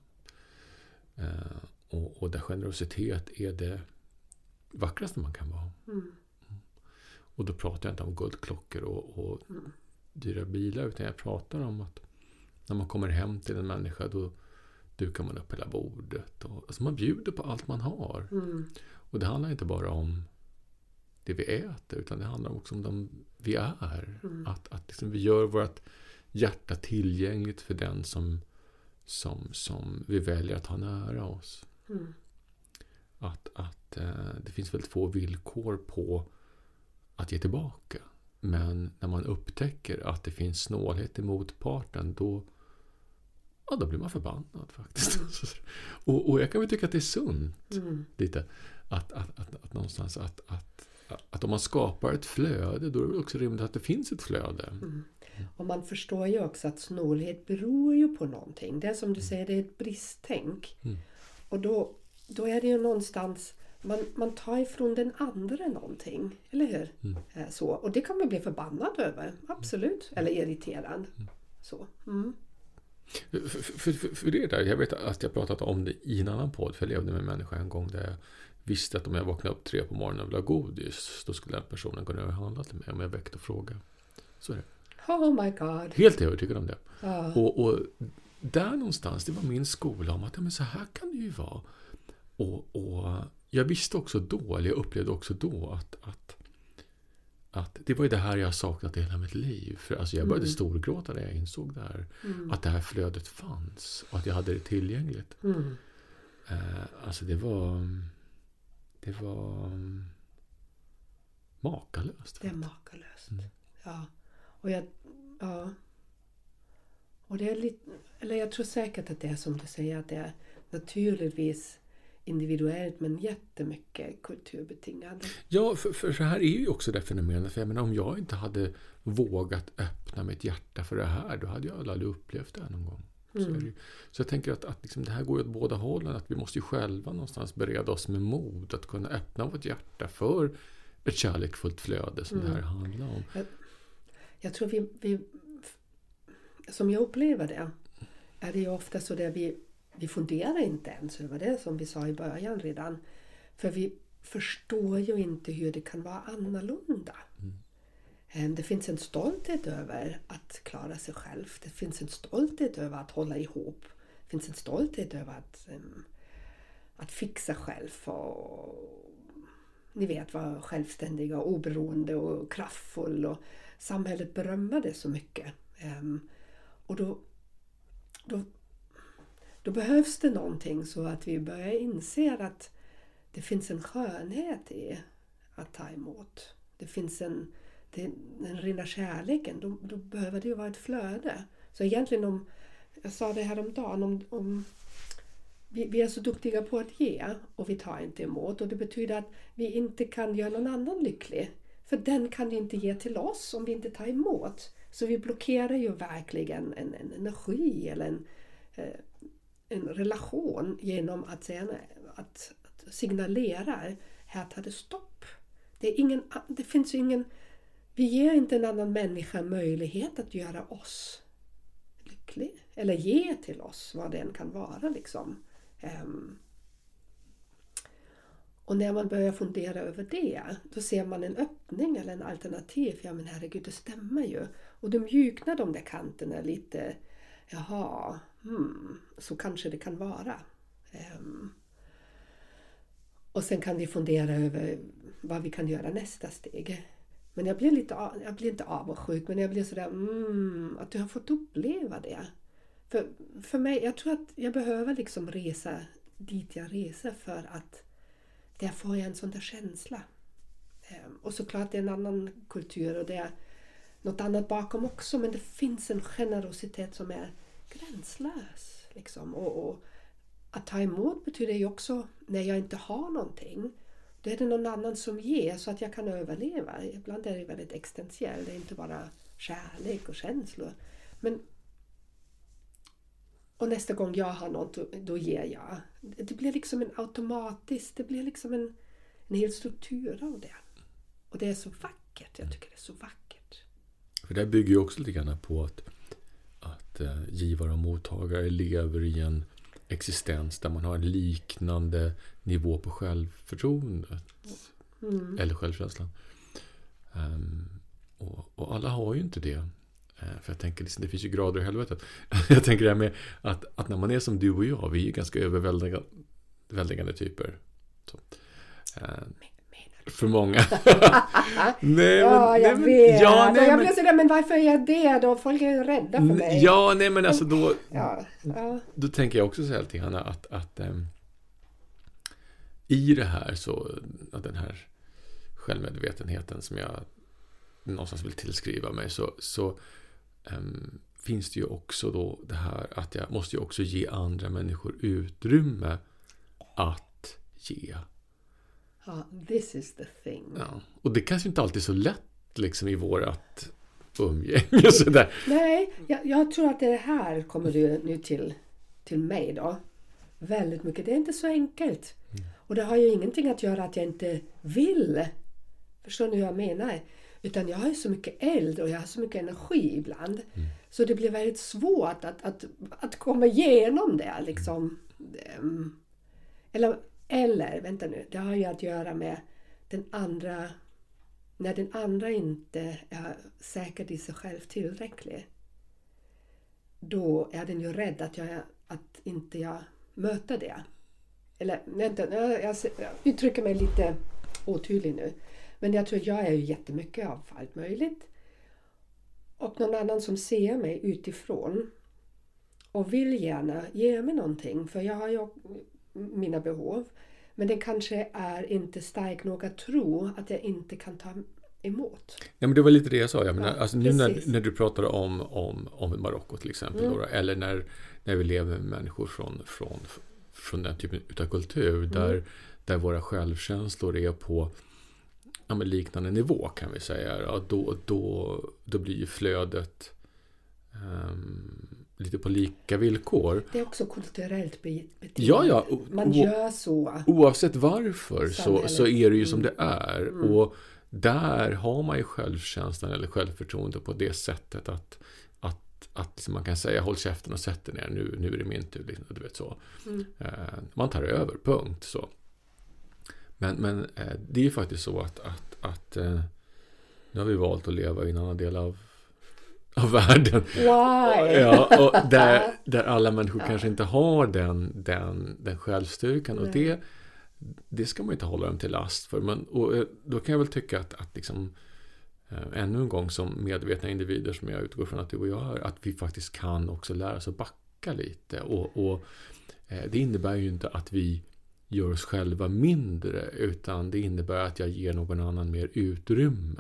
Eh, och, och där generositet är det vackraste man kan vara. Mm. Och då pratar jag inte om guldklockor och, och mm. dyra bilar, utan jag pratar om att när man kommer hem till en människa, då dukar man upp hela bordet. Och, alltså man bjuder på allt man har. Mm. Och det handlar inte bara om det vi äter, utan det handlar också om de vi är. Mm. Att, att liksom vi gör vårt hjärta tillgängligt för den som, som, som vi väljer att ha nära oss. Mm. Att, att eh, det finns väldigt få villkor på att ge tillbaka. Men när man upptäcker att det finns snålhet i motparten, då, ja, då blir man förbannad faktiskt. Mm. och, och jag kan väl tycka att det är sunt mm. lite. Att, att, att, att någonstans att, att, att om man skapar ett flöde, då är det också rimligt att det finns ett flöde. Mm. Och man förstår ju också att snålhet beror ju på någonting. Det är som du säger, det är ett bristtänk. Mm. Och då, då är det ju någonstans, man, man tar ifrån den andra någonting. Eller hur? Mm. Så. Och det kan man bli förbannad över. Absolut. Eller irriterad. Mm. Så. Mm. För, för, för, för det där, jag vet att jag pratat om det i en annan podd. För jag levde med en människa en gång där jag visste att om jag vaknade upp tre på morgonen och ville ha godis, då skulle den personen gå ner och handla till mig om jag väckte och frågade. Så är det. Oh my god. Helt övertygad om det. Uh. Och, och där någonstans, det var min skola om att ja, men så här kan det ju vara. Och, och jag visste också då, eller jag upplevde också då att, att, att det var ju det här jag saknat i hela mitt liv. För alltså jag började Mm. storgråta när jag insåg det här. Mm. Att det här flödet fanns. Och att jag hade det tillgängligt. Mm. Eh, alltså det var... Det var... Makalöst. Det är makalöst. Mm. Ja. Och jag... Ja. Och det är lite... Eller jag tror säkert att det är som du säger. Att det är naturligtvis individuellt men jättemycket kulturbetingande. Ja, för, för så här är ju också det fenomenet. För jag menar, om jag inte hade vågat öppna mitt hjärta för det här, då hade jag aldrig upplevt det här någon gång. Så, Mm. är det, ju. Så jag tänker att, att liksom det här går åt båda hållen. Att vi måste ju själva någonstans bereda oss med mod att kunna öppna vårt hjärta för ett kärleksfullt flöde som Mm. det här handlar om. Jag, jag tror vi, vi... Som jag upplever det är det ju ofta så där vi, vi funderar inte ens över det som vi sa i början redan. För vi förstår ju inte hur det kan vara annorlunda. Mm. Det finns en stolthet över att klara sig själv. Det finns en stolthet över att hålla ihop. Det finns en stolthet över att, um, att fixa själv. Och, ni vet, vara självständiga och oberoende och kraftfull. Och samhället berömmer det så mycket. Um, och då, då, då behövs det någonting så att vi börjar inse att det finns en skönhet i att ta emot. Det finns en, det, den rinna kärleken. Då, då behöver det ju vara ett flöde. Så egentligen om, jag sa det här om dagen, om, om vi, vi är så duktiga på att ge och vi tar inte emot. Och det betyder att vi inte kan göra någon annan lycklig. För den kan ju inte ge till oss om vi inte tar emot. Så vi blockerar ju verkligen en, en energi eller en, en relation genom att, säga, att, att signalera här tar det stopp. Det, är ingen, det finns ju ingen, vi ger inte en annan människa möjlighet att göra oss lycklig. Eller ge till oss vad det än kan vara. Liksom. Um, och när man börjar fundera över det, då ser man en öppning eller en alternativ. Ja men herregud, det stämmer ju. Och då mjuknar de där kanterna lite. Jaha, hmm, så kanske det kan vara. Um, och sen kan vi fundera över vad vi kan göra nästa steg. Men jag blir lite, jag blir inte avundsjuk, men jag blir sådär, mm, att du har fått uppleva det. För, för mig, jag tror att jag behöver liksom resa dit jag reser för att där får jag en sån där känsla. Um, och såklart det är en annan kultur och det är något annat bakom också, men det finns en generositet som är gränslös. Liksom. Och, och att ta emot betyder ju också när jag inte har någonting. Då är det någon annan som ger så att jag kan överleva. Ibland är det väldigt existentiellt. Det är inte bara kärlek och känslor. Men, och nästa gång jag har något, då ger jag. Det blir liksom en automatiskt, det blir liksom en, en hel struktur av det. Och det är så vackert. Jag tycker det är så vackert. För det bygger ju också lite grann på att, att eh, givare och mottagare lever i en existens där man har en liknande nivå på självförtroendet mm. eller självkänslan. Um, och, och alla har ju inte det. Uh, för jag tänker, liksom, det finns ju grader i helvetet. Jag tänker det här med att, att när man är som du och jag, vi är ganska överväldigande typer. Så. Uh, för många. nej, ja, men, jag nej, vet. Ja, nej, jag men, blir sådär, men varför är jag det då? Folk är ju rädda för mig. Ja, nej, men alltså då... ja, ja. Då tänker jag också så här till Hanna att, att äm, i det här så, att den här självmedvetenheten som jag någonstans vill tillskriva mig, så, så äm, finns det ju också då det här att jag måste ju också ge andra människor utrymme att ge. Ja, this is the thing. Ja, och det kanske inte alltid är så lätt liksom i vårat umgänge sådär. Nej, jag, jag tror att det här kommer du nu till, till mig då. Väldigt mycket. Det är inte så enkelt. Mm. Och det har ju ingenting att göra att jag inte vill. Förstår ni hur jag menar? Utan jag har ju så mycket eld och jag har så mycket energi ibland. Mm. Så det blir väldigt svårt att, att, att komma igenom det liksom. Mm. Eller, eller, vänta nu. Det har ju att göra med den andra... När den andra inte är säker i sig själv tillräckligt, då är den ju rädd att jag att inte jag möter det. Eller vänta, jag, jag uttrycker mig lite otydligt nu. Men jag tror jag är ju jättemycket av allt möjligt. Och någon annan som ser mig utifrån och vill gärna ge mig någonting. För jag har ju mina behov. Men det kanske är inte stark nog att tro att jag inte kan ta emot. Ja, men det var lite det jag sa. Jag menar, Ja, alltså, nu när, när du pratade om, om, om Marocko till exempel. Mm. Då, eller när, när vi lever med människor från, från, från den typen av kultur. Mm. Där, där våra självkänslor är på ja, men liknande nivå kan vi säga. Ja, då, då, då blir ju flödet um, lite på lika villkor. Det är också kulturellt beteende. Ja, ja. O- Man gör så. Oavsett varför så, så är det ju som det är. Mm. Och där har man ju självkänslan eller självförtroende på det sättet att, att, att man kan säga håll käften och sätt dig ner, nu, nu är det min tur. Liksom, du vet så. Mm. Man tar över, punkt. Så. Men, men det är ju faktiskt så att, att, att nu har vi valt att leva i en annan del av, av världen. Why? Ja, och där, där alla människor ja. kanske inte har den, den, den självstyrkan. Nej. Och det, det ska man inte hålla dem till last för. Men, och då kan jag väl tycka att, att liksom, äh, ännu en gång som medvetna individer som jag utgår från att du och jag är, att vi faktiskt kan också lära oss att backa lite. Och, och äh, det innebär ju inte att vi gör oss själva mindre, utan det innebär att jag ger någon annan mer utrymme.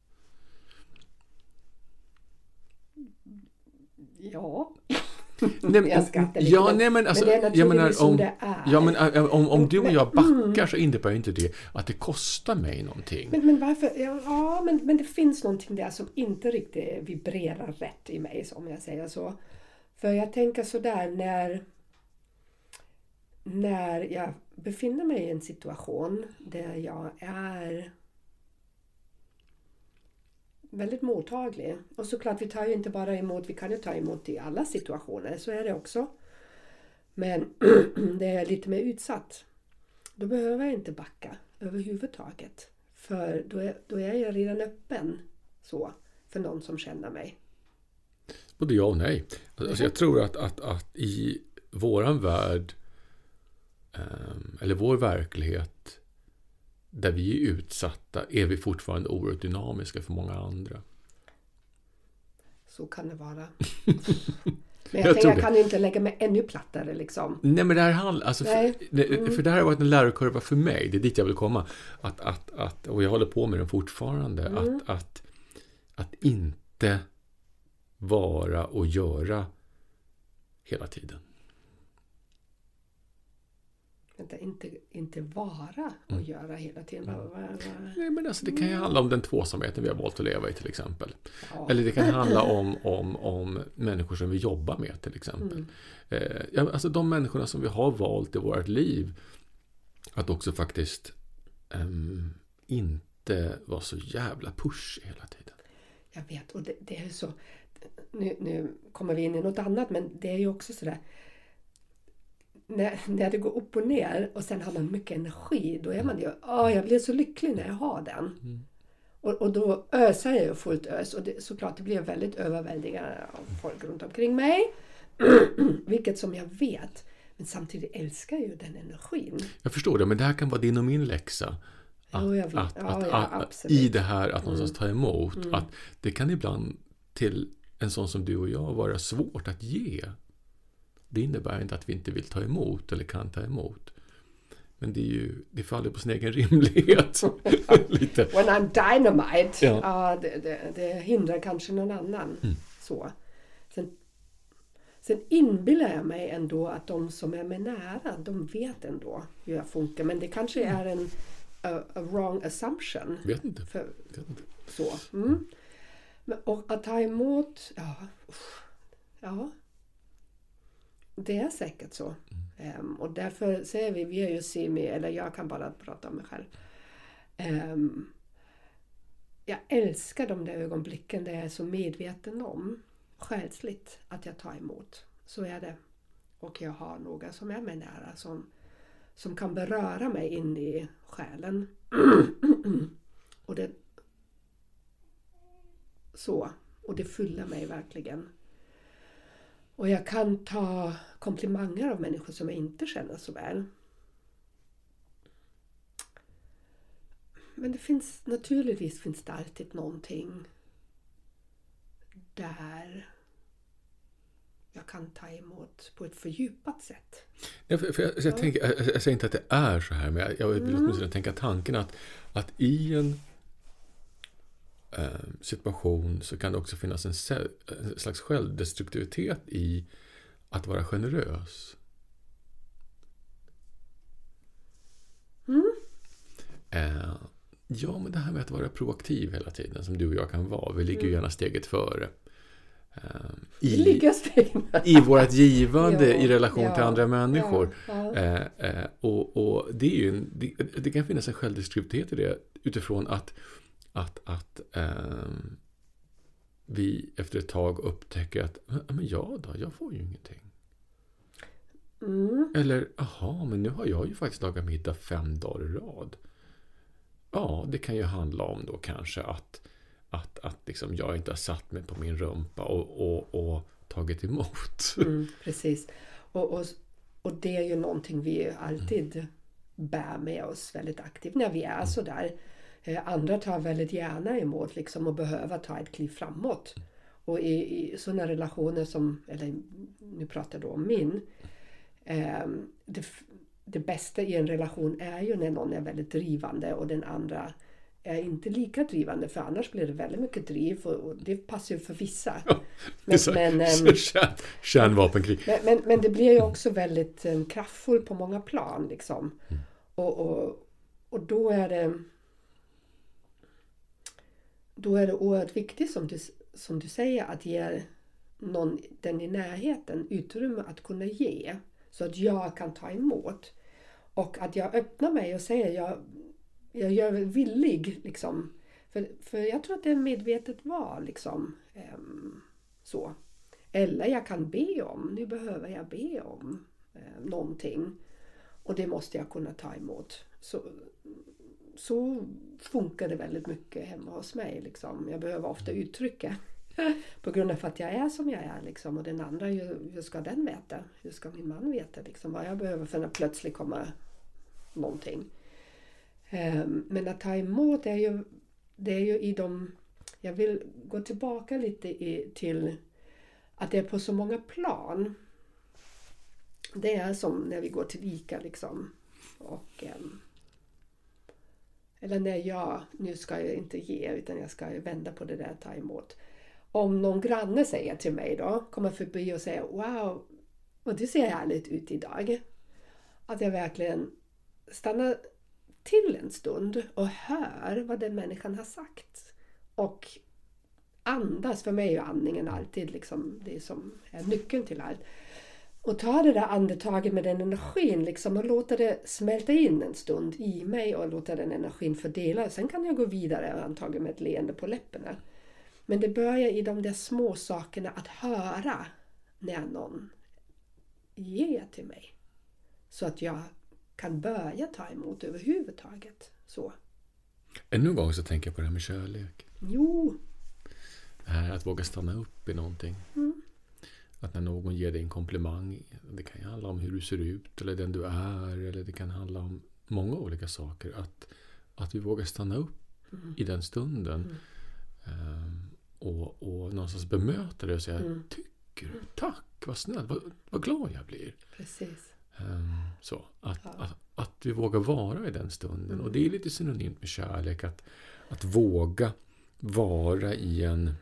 Ja. Nej, jag skrattar lite. Ja, nej, men, alltså, men det är naturligtvis jag menar, som om, det är. Ja, men om, om du och jag backar så innebär inte det att det kostar mig någonting. Men, men varför? Ja, men, men det finns någonting där som inte riktigt vibrerar rätt i mig, som jag säger så. För jag tänker så där när när jag befinner mig i en situation där jag är väldigt mottaglig. Och såklart, vi tar ju inte bara emot, vi kan ju ta emot i alla situationer, så är det också. Men det är lite mer utsatt. Då behöver jag inte backa överhuvudtaget. För då är, då är jag redan öppen så för någon som känner mig. Både ja och nej. Alltså, jag tror att, att, att i våran värld um, eller vår verklighet där vi är utsatta är vi fortfarande oerhört dynamiska för många andra. Så kan det vara. Men jag, jag, tänker, jag kan inte lägga mig ännu plattare liksom. Nej, men det här handlar, alltså, för, mm. för det här har varit en lärokurva för mig. Det är dit jag vill komma. Att, att, att, och jag håller på med den fortfarande. Mm. Att, att, att inte vara och göra hela tiden. Vänta, inte, inte vara och mm. göra hela tiden. Var, var, var. Nej, men alltså, det kan ju handla om den tvåsamheten vi har valt att leva i till exempel. Ja. Eller det kan handla om, om, om människor som vi jobbar med till exempel. Mm. Eh, ja, alltså de människorna som vi har valt i vårt liv att också faktiskt um, inte vara så jävla push hela tiden. Jag vet, och det, det är så nu, nu kommer vi in i något annat, men det är ju också sådär När, när det går upp och ner och sen har man mycket energi, då är man ju, åh, jag blir så lycklig när jag har den. Mm. Och, och då ösar jag ju fullt ös, och det, såklart det blir väldigt överväldigande av folk runt omkring mig. Vilket som jag vet, men samtidigt älskar jag ju den energin. Jag förstår det, men det här kan vara din och min läxa. Att, jo, jag vet. Att, ja, att, ja, att, I det här att någonstans mm. ta emot, mm. att det kan ibland till en sån som du och jag vara svårt att ge. Det innebär inte att vi inte vill ta emot eller kan ta emot. Men det är ju, det faller på sin egen rimlighet. Lite. When I'm dynamite, ja. ja, det, det, det hindrar kanske någon annan. Mm. Så. Sen, sen inbillar jag mig ändå att de som är med nära, de vet ändå hur jag funkar. Men det kanske är en a, a wrong assumption. Vet inte. För, vet inte. Så. Mm. Men, och att ta emot, ja, ja. Det är säkert så. Mm. Um, och därför säger vi, vi är ju semi, eller jag kan bara prata om mig själv. Um, jag älskar de där ögonblicken där jag är så medveten om själsligt att jag tar emot. Så är det. Och jag har några som är mig nära som, som kan beröra mig in i själen. och det så. Och det fyller mig verkligen. Och jag kan ta komplimanger av människor som jag inte känner så väl. men det finns, naturligtvis finns det alltid någonting där jag kan ta emot på ett fördjupat sätt. Ja, för, för jag, jag, ja. tänker, jag, jag säger inte att det är så här, men jag, jag vill Mm. åtminstone tänka tanken att, att i en eh, situation så kan det också finnas en, en slags självdestruktivitet i att vara generös. Mm. Eh, ja, men det här med att vara proaktiv hela tiden, som du och jag kan vara. Vi ligger ju Mm. gärna steget före. Eh, Vi i, ligger stegna. I vårt givande Ja, i relation ja, till andra människor. Ja, ja. Eh, eh, och, och det är ju en, det, det kan finnas en självdestruktivitet i det utifrån att, att, att eh, vi efter ett tag upptäcker att men ja då, jag får ju ingenting. Mm. Eller, aha, men nu har jag ju faktiskt lagat middag fem dagar i rad. Ja, det kan ju handla om då kanske att, att, att liksom jag inte har satt mig på min rumpa och, och, och tagit emot. Mm, precis. Och, och, och det är ju någonting vi alltid mm. bär med oss väldigt aktivt när vi är mm. så där. Eh, andra tar väldigt gärna emot liksom, och behöver ta ett kliv framåt. Mm. Och i, i sådana relationer som, eller nu pratar jag då om min, eh, det, det bästa i en relation är ju när någon är väldigt drivande och den andra är inte lika drivande, för annars blir det väldigt mycket driv och det passar ju för vissa. Ja, men, så, men, så kärn, kärnvapenkrig. Men, men, men det blir ju också väldigt um, kraftfull på många plan liksom. Mm. Och, och, och då är det då är det oerhört viktigt som du, som du säger att ge någon, den i närheten, utrymme att kunna ge så att jag kan ta emot och att jag öppnar mig och säger jag Jag gör villig liksom. För, för jag tror att det är medvetet val liksom. Um, så. Eller jag kan be om. Nu behöver jag be om um, någonting. Och det måste jag kunna ta emot. Så, så funkar det väldigt mycket hemma hos mig. Liksom. Jag behöver ofta uttrycka. På grund av att jag är som jag är. Liksom. Och den andra, hur, hur ska den veta? Hur ska min man veta? Liksom, vad jag behöver för att plötsligt komma någonting. Men att ta emot är ju, det är ju i de, jag vill gå tillbaka lite i, till att det är på så många plan. Det är som när vi går till Ica liksom. Och, eller när jag, nu ska jag inte ge utan jag ska vända på det där, ta emot. Om någon granne säger till mig då, kommer förbi och säger wow, och du ser härligt ut idag. Att jag verkligen stannar till en stund och hör vad den människan har sagt och andas. För mig är ju andningen alltid liksom det som är nyckeln till allt. Och ta det där andetaget med den energin liksom och låta det smälta in en stund i mig och låta den energin fördela. Sen kan jag gå vidare antagligen med ett leende på läpparna. Men det börjar i de där små sakerna att höra när någon ger till mig. Så att jag kan börja ta emot överhuvudtaget. Så. Ännu en gång så tänker jag på det här med kärlek. Jo. Det här att våga stanna upp i någonting. Mm. Att när någon ger dig en komplimang, det kan ju handla om hur du ser ut eller den du är, eller det kan handla om många olika saker. Att, att vi vågar stanna upp mm. i den stunden mm. um, och, och någonstans bemöta det och säga mm. tycker du? Tack, vad snäll, vad, vad glad jag blir. Precis. Um, så, att, ja. att, att vi vågar vara i den stunden. Mm. Och det är lite synonymt med kärlek. Att, att våga vara i en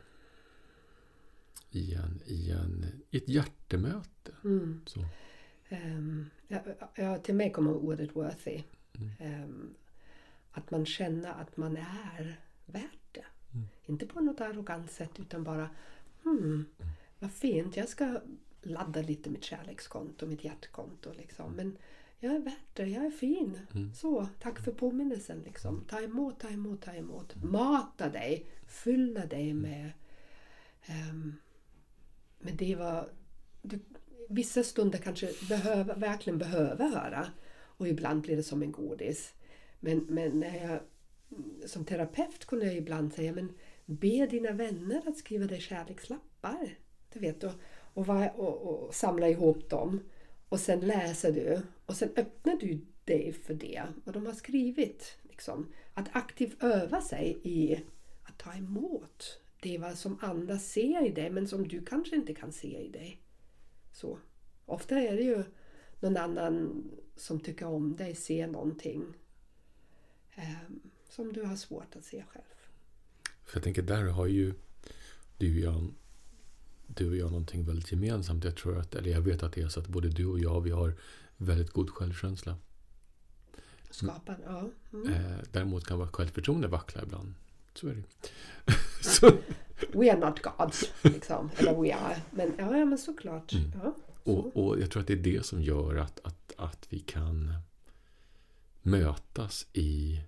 i, en, i, en, i ett hjärtemöte. Mm. Så. Um, ja, ja, till mig kommer ordet worthy. Mm. Um, att man känner att man är värd det. Mm. Inte på något arrogant sätt utan bara hmm, mm. vad fint, jag ska ladda lite mitt kärlekskonto, mitt hjärtkonto liksom. Men jag är värd det, jag är fin. Mm. Så, tack för påminnelsen liksom. Ta emot, ta emot, ta emot. Mata dig, fylla dig med um, men det var du, vissa stunder kanske behöver, verkligen behöver höra och ibland blir det som en godis. Men, men när jag, som terapeut kunde jag ibland säga men be dina vänner att skriva dig kärlekslappar. Du vet, och, och, och, och samla ihop dem och sen läser du och sen öppnar du dig för det och de har skrivit Liksom. Att aktivt öva sig i att ta emot det vad som andra ser i dig men som du kanske inte kan se i dig. Så. Ofta är det ju någon annan som tycker om dig, ser någonting eh, som du har svårt att se själv. För jag tänker, där har ju du och jag, du och jag någonting väldigt gemensamt. Jag tror att, eller jag vet att det är så att både du och jag, vi har väldigt god självkänsla. Skapar, ja. Mm. Eh, däremot kan vårt självförtroende vackla ibland. Så är det. Så. We are not gods, liksom. Eller we are. Men, ja, ja, men såklart. Mm. Ja, så. och, och jag tror att det är det som gör att, att, att vi kan mötas i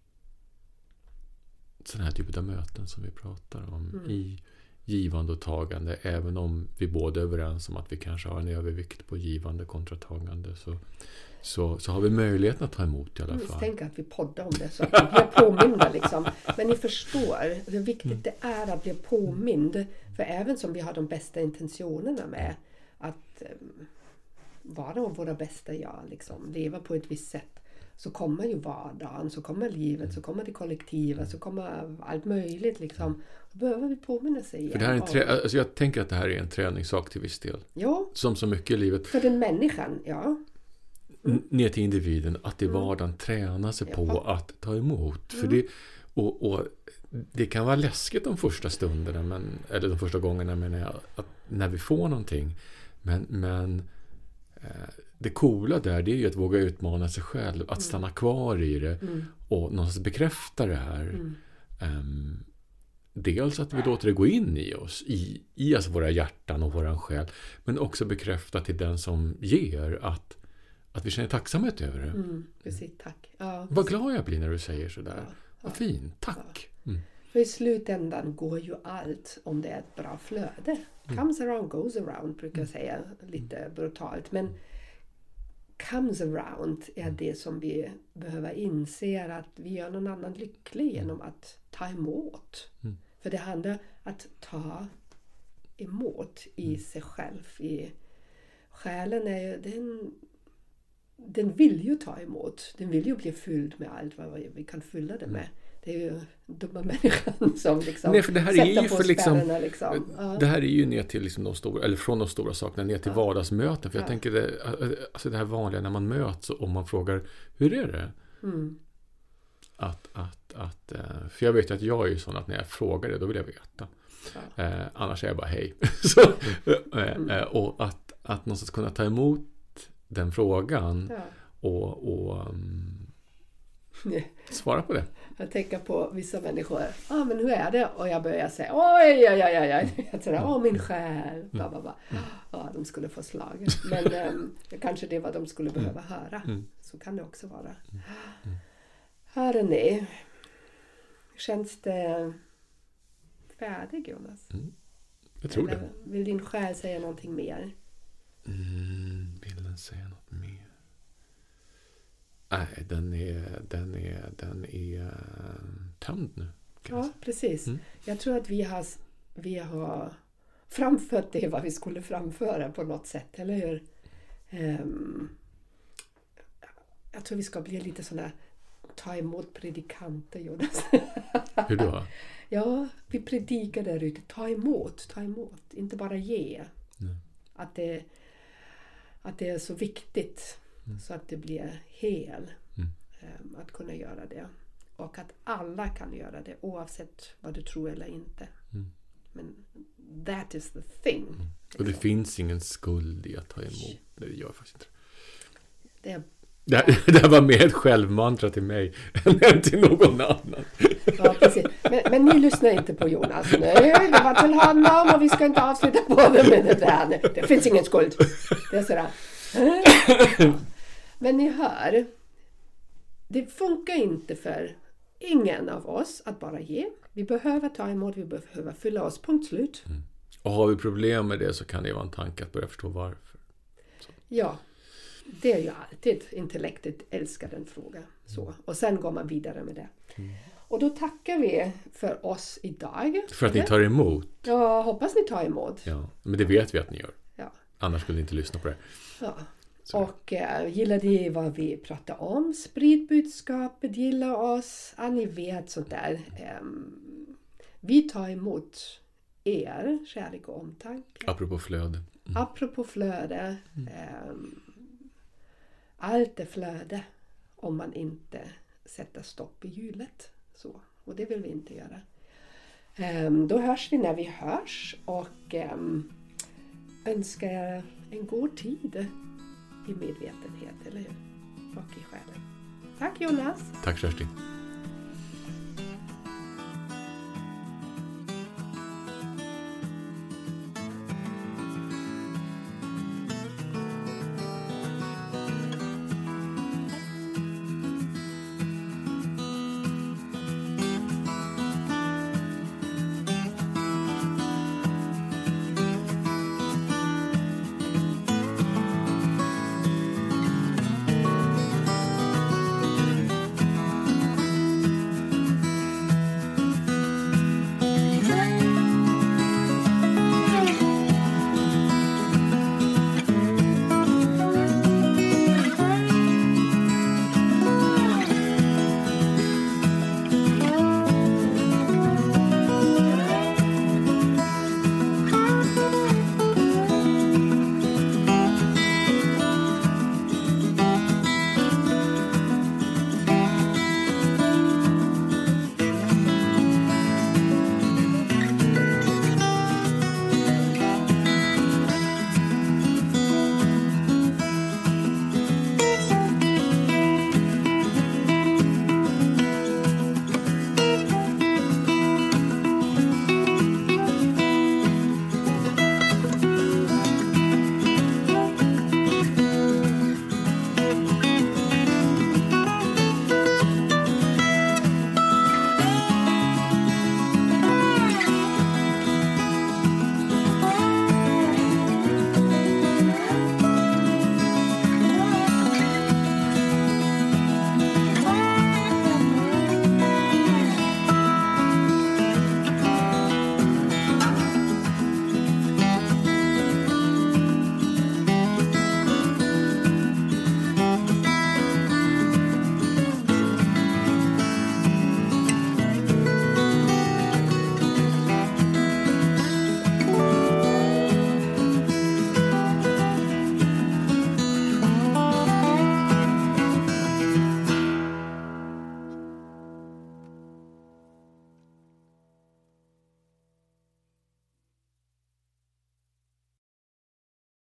sån här typ av möten som vi pratar om. Mm. I givande och tagande. Även om vi båda är överens om att vi kanske har en övervikt på givande kontra tagande. Så, så, så har vi möjligheten att ta emot i alla fall. Jag tänker att vi poddar om det så att vi blir påminda. Liksom. Men ni förstår hur viktigt mm. det är att bli påmind. För även som vi har de bästa intentionerna med att um, vara våra bästa jag. Liksom, leva på ett visst sätt. Så kommer ju vardagen, så kommer livet, så kommer det kollektiva, så kommer allt möjligt. Liksom. Då behöver vi påminna sig igen. För det här är en trä- alltså jag tänker att det här är en träningssak till viss del. Ja. Som så mycket i livet. För den människan, ja. Mm. N- ner till individen. Att i vardagen träna sig ja. på att ta emot. Mm. För det, och, och det kan vara läskigt de första stunderna, men, eller de första gångerna menar jag, att när vi får någonting. Men... men eh, det coola där, det är ju att våga utmana sig själv, att mm. stanna kvar i det mm. och någonstans bekräfta det här. Mm. Um, dels att vi låter det gå in i oss, i, i alltså våra hjärtan och våran själ, men också bekräfta till den som ger att, att vi känner tacksamhet över det. Mm, precis, tack. Ja, vad glad jag blir när du säger sådär. Ja, vad ja, fint, tack. Ja. Mm. För i slutändan går ju allt om det är ett bra flöde. Mm. Comes around, goes around, brukar jag säga lite brutalt. Men comes around är det som vi behöver inse, att vi gör någon annan lycklig genom att ta emot. Mm. För det handlar om att ta emot i mm. sig själv. I själen är ju, den, den vill ju ta emot. Den vill ju bli fylld med allt vad vi kan fylla det med. Det är ju dumma människan som liksom Nej, för det här sätter är ju på för liksom, liksom. Ja. Det här är ju ner till liksom de stora, eller från de stora sakerna ner till ja. vardagsmöten. För jag ja. tänker det, alltså det här vanliga när man möts och man frågar, hur är det? Mm. Att, att, att, för jag vet ju att jag är ju sån att när jag frågar det, då vill jag veta. Ja. Eh, annars är jag bara hej. Så, mm. eh, och att, att någonstans kunna ta emot den frågan ja. och, och um, svara på det. Jag tänker på vissa människor. Ja, ah, men hur är det? Och jag börjar säga, oj, oj, oj, oj. Jag säger, åh, min själ. Ja, mm. ah, de skulle få slag. Men um, kanske det var de skulle behöva höra. Mm. Så kan det också vara. Mm. Hör ni. Känns det färdig, Jonas? Mm. Jag tror Eller, det. Vill din själ säga någonting mer? Mm, vill den säga något mer? Nej, den är, den är, den är tömd nu. Ja, precis. Mm. Jag tror att vi har, vi har framfört det vad vi skulle framföra på något sätt, eller hur? Um, jag tror vi ska bli lite sådana ta emot predikanter, Jonas. Hur då? Ja, vi predikar där ute. Ta emot, ta emot. Inte bara ge. Mm. Att, det, att det är så viktigt. Mm. Så att det blir hel. Mm. Um, att kunna göra det. Och att alla kan göra det. Oavsett vad du tror eller inte. Mm. Men that is the thing. Mm. Och det liksom. Finns ingen skuld i att ta emot. Nej, det gör jag faktiskt inte. Det är Det här, det här var mer ett självmantra till mig än till någon annan. Ja, precis. Men, men ni lyssnar inte på Jonas. Nej, det var till honom och vi ska inte avsluta på det med det där. Det finns ingen skuld. Det är sådär. Men ni hör, det funkar inte för ingen av oss att bara ge. Vi behöver ta emot, vi behöver fylla oss. Punkt slut. Mm. Och har vi problem med det så kan det vara en tanke att börja förstå varför. Så. Ja. Det är ju alltid intellektet älskar den frågan. Så. Och sen går man vidare med det. Mm. Och då tackar vi för oss idag. För att ni tar emot. Ja, hoppas ni tar emot. Ja, men det vet vi att ni gör. Ja. Annars skulle ni inte lyssna på det. Ja. Så. Och äh, gillar ni vad vi pratar om? Sprid budskapet, gilla oss. Ja, ni vet sånt där. Um, vi tar emot er kärlek och omtanke. Apropå flöde. Mm. Apropå flöde. Mm. Um, allt är flöde om man inte sätter stopp i hjulet. Så. Och det vill vi inte göra. Um, då hörs vi när vi hörs. Och um, önskar er en god tid i medvetenhet, eller hur? Och i själen. Tack Jonas. Tack Kerstin.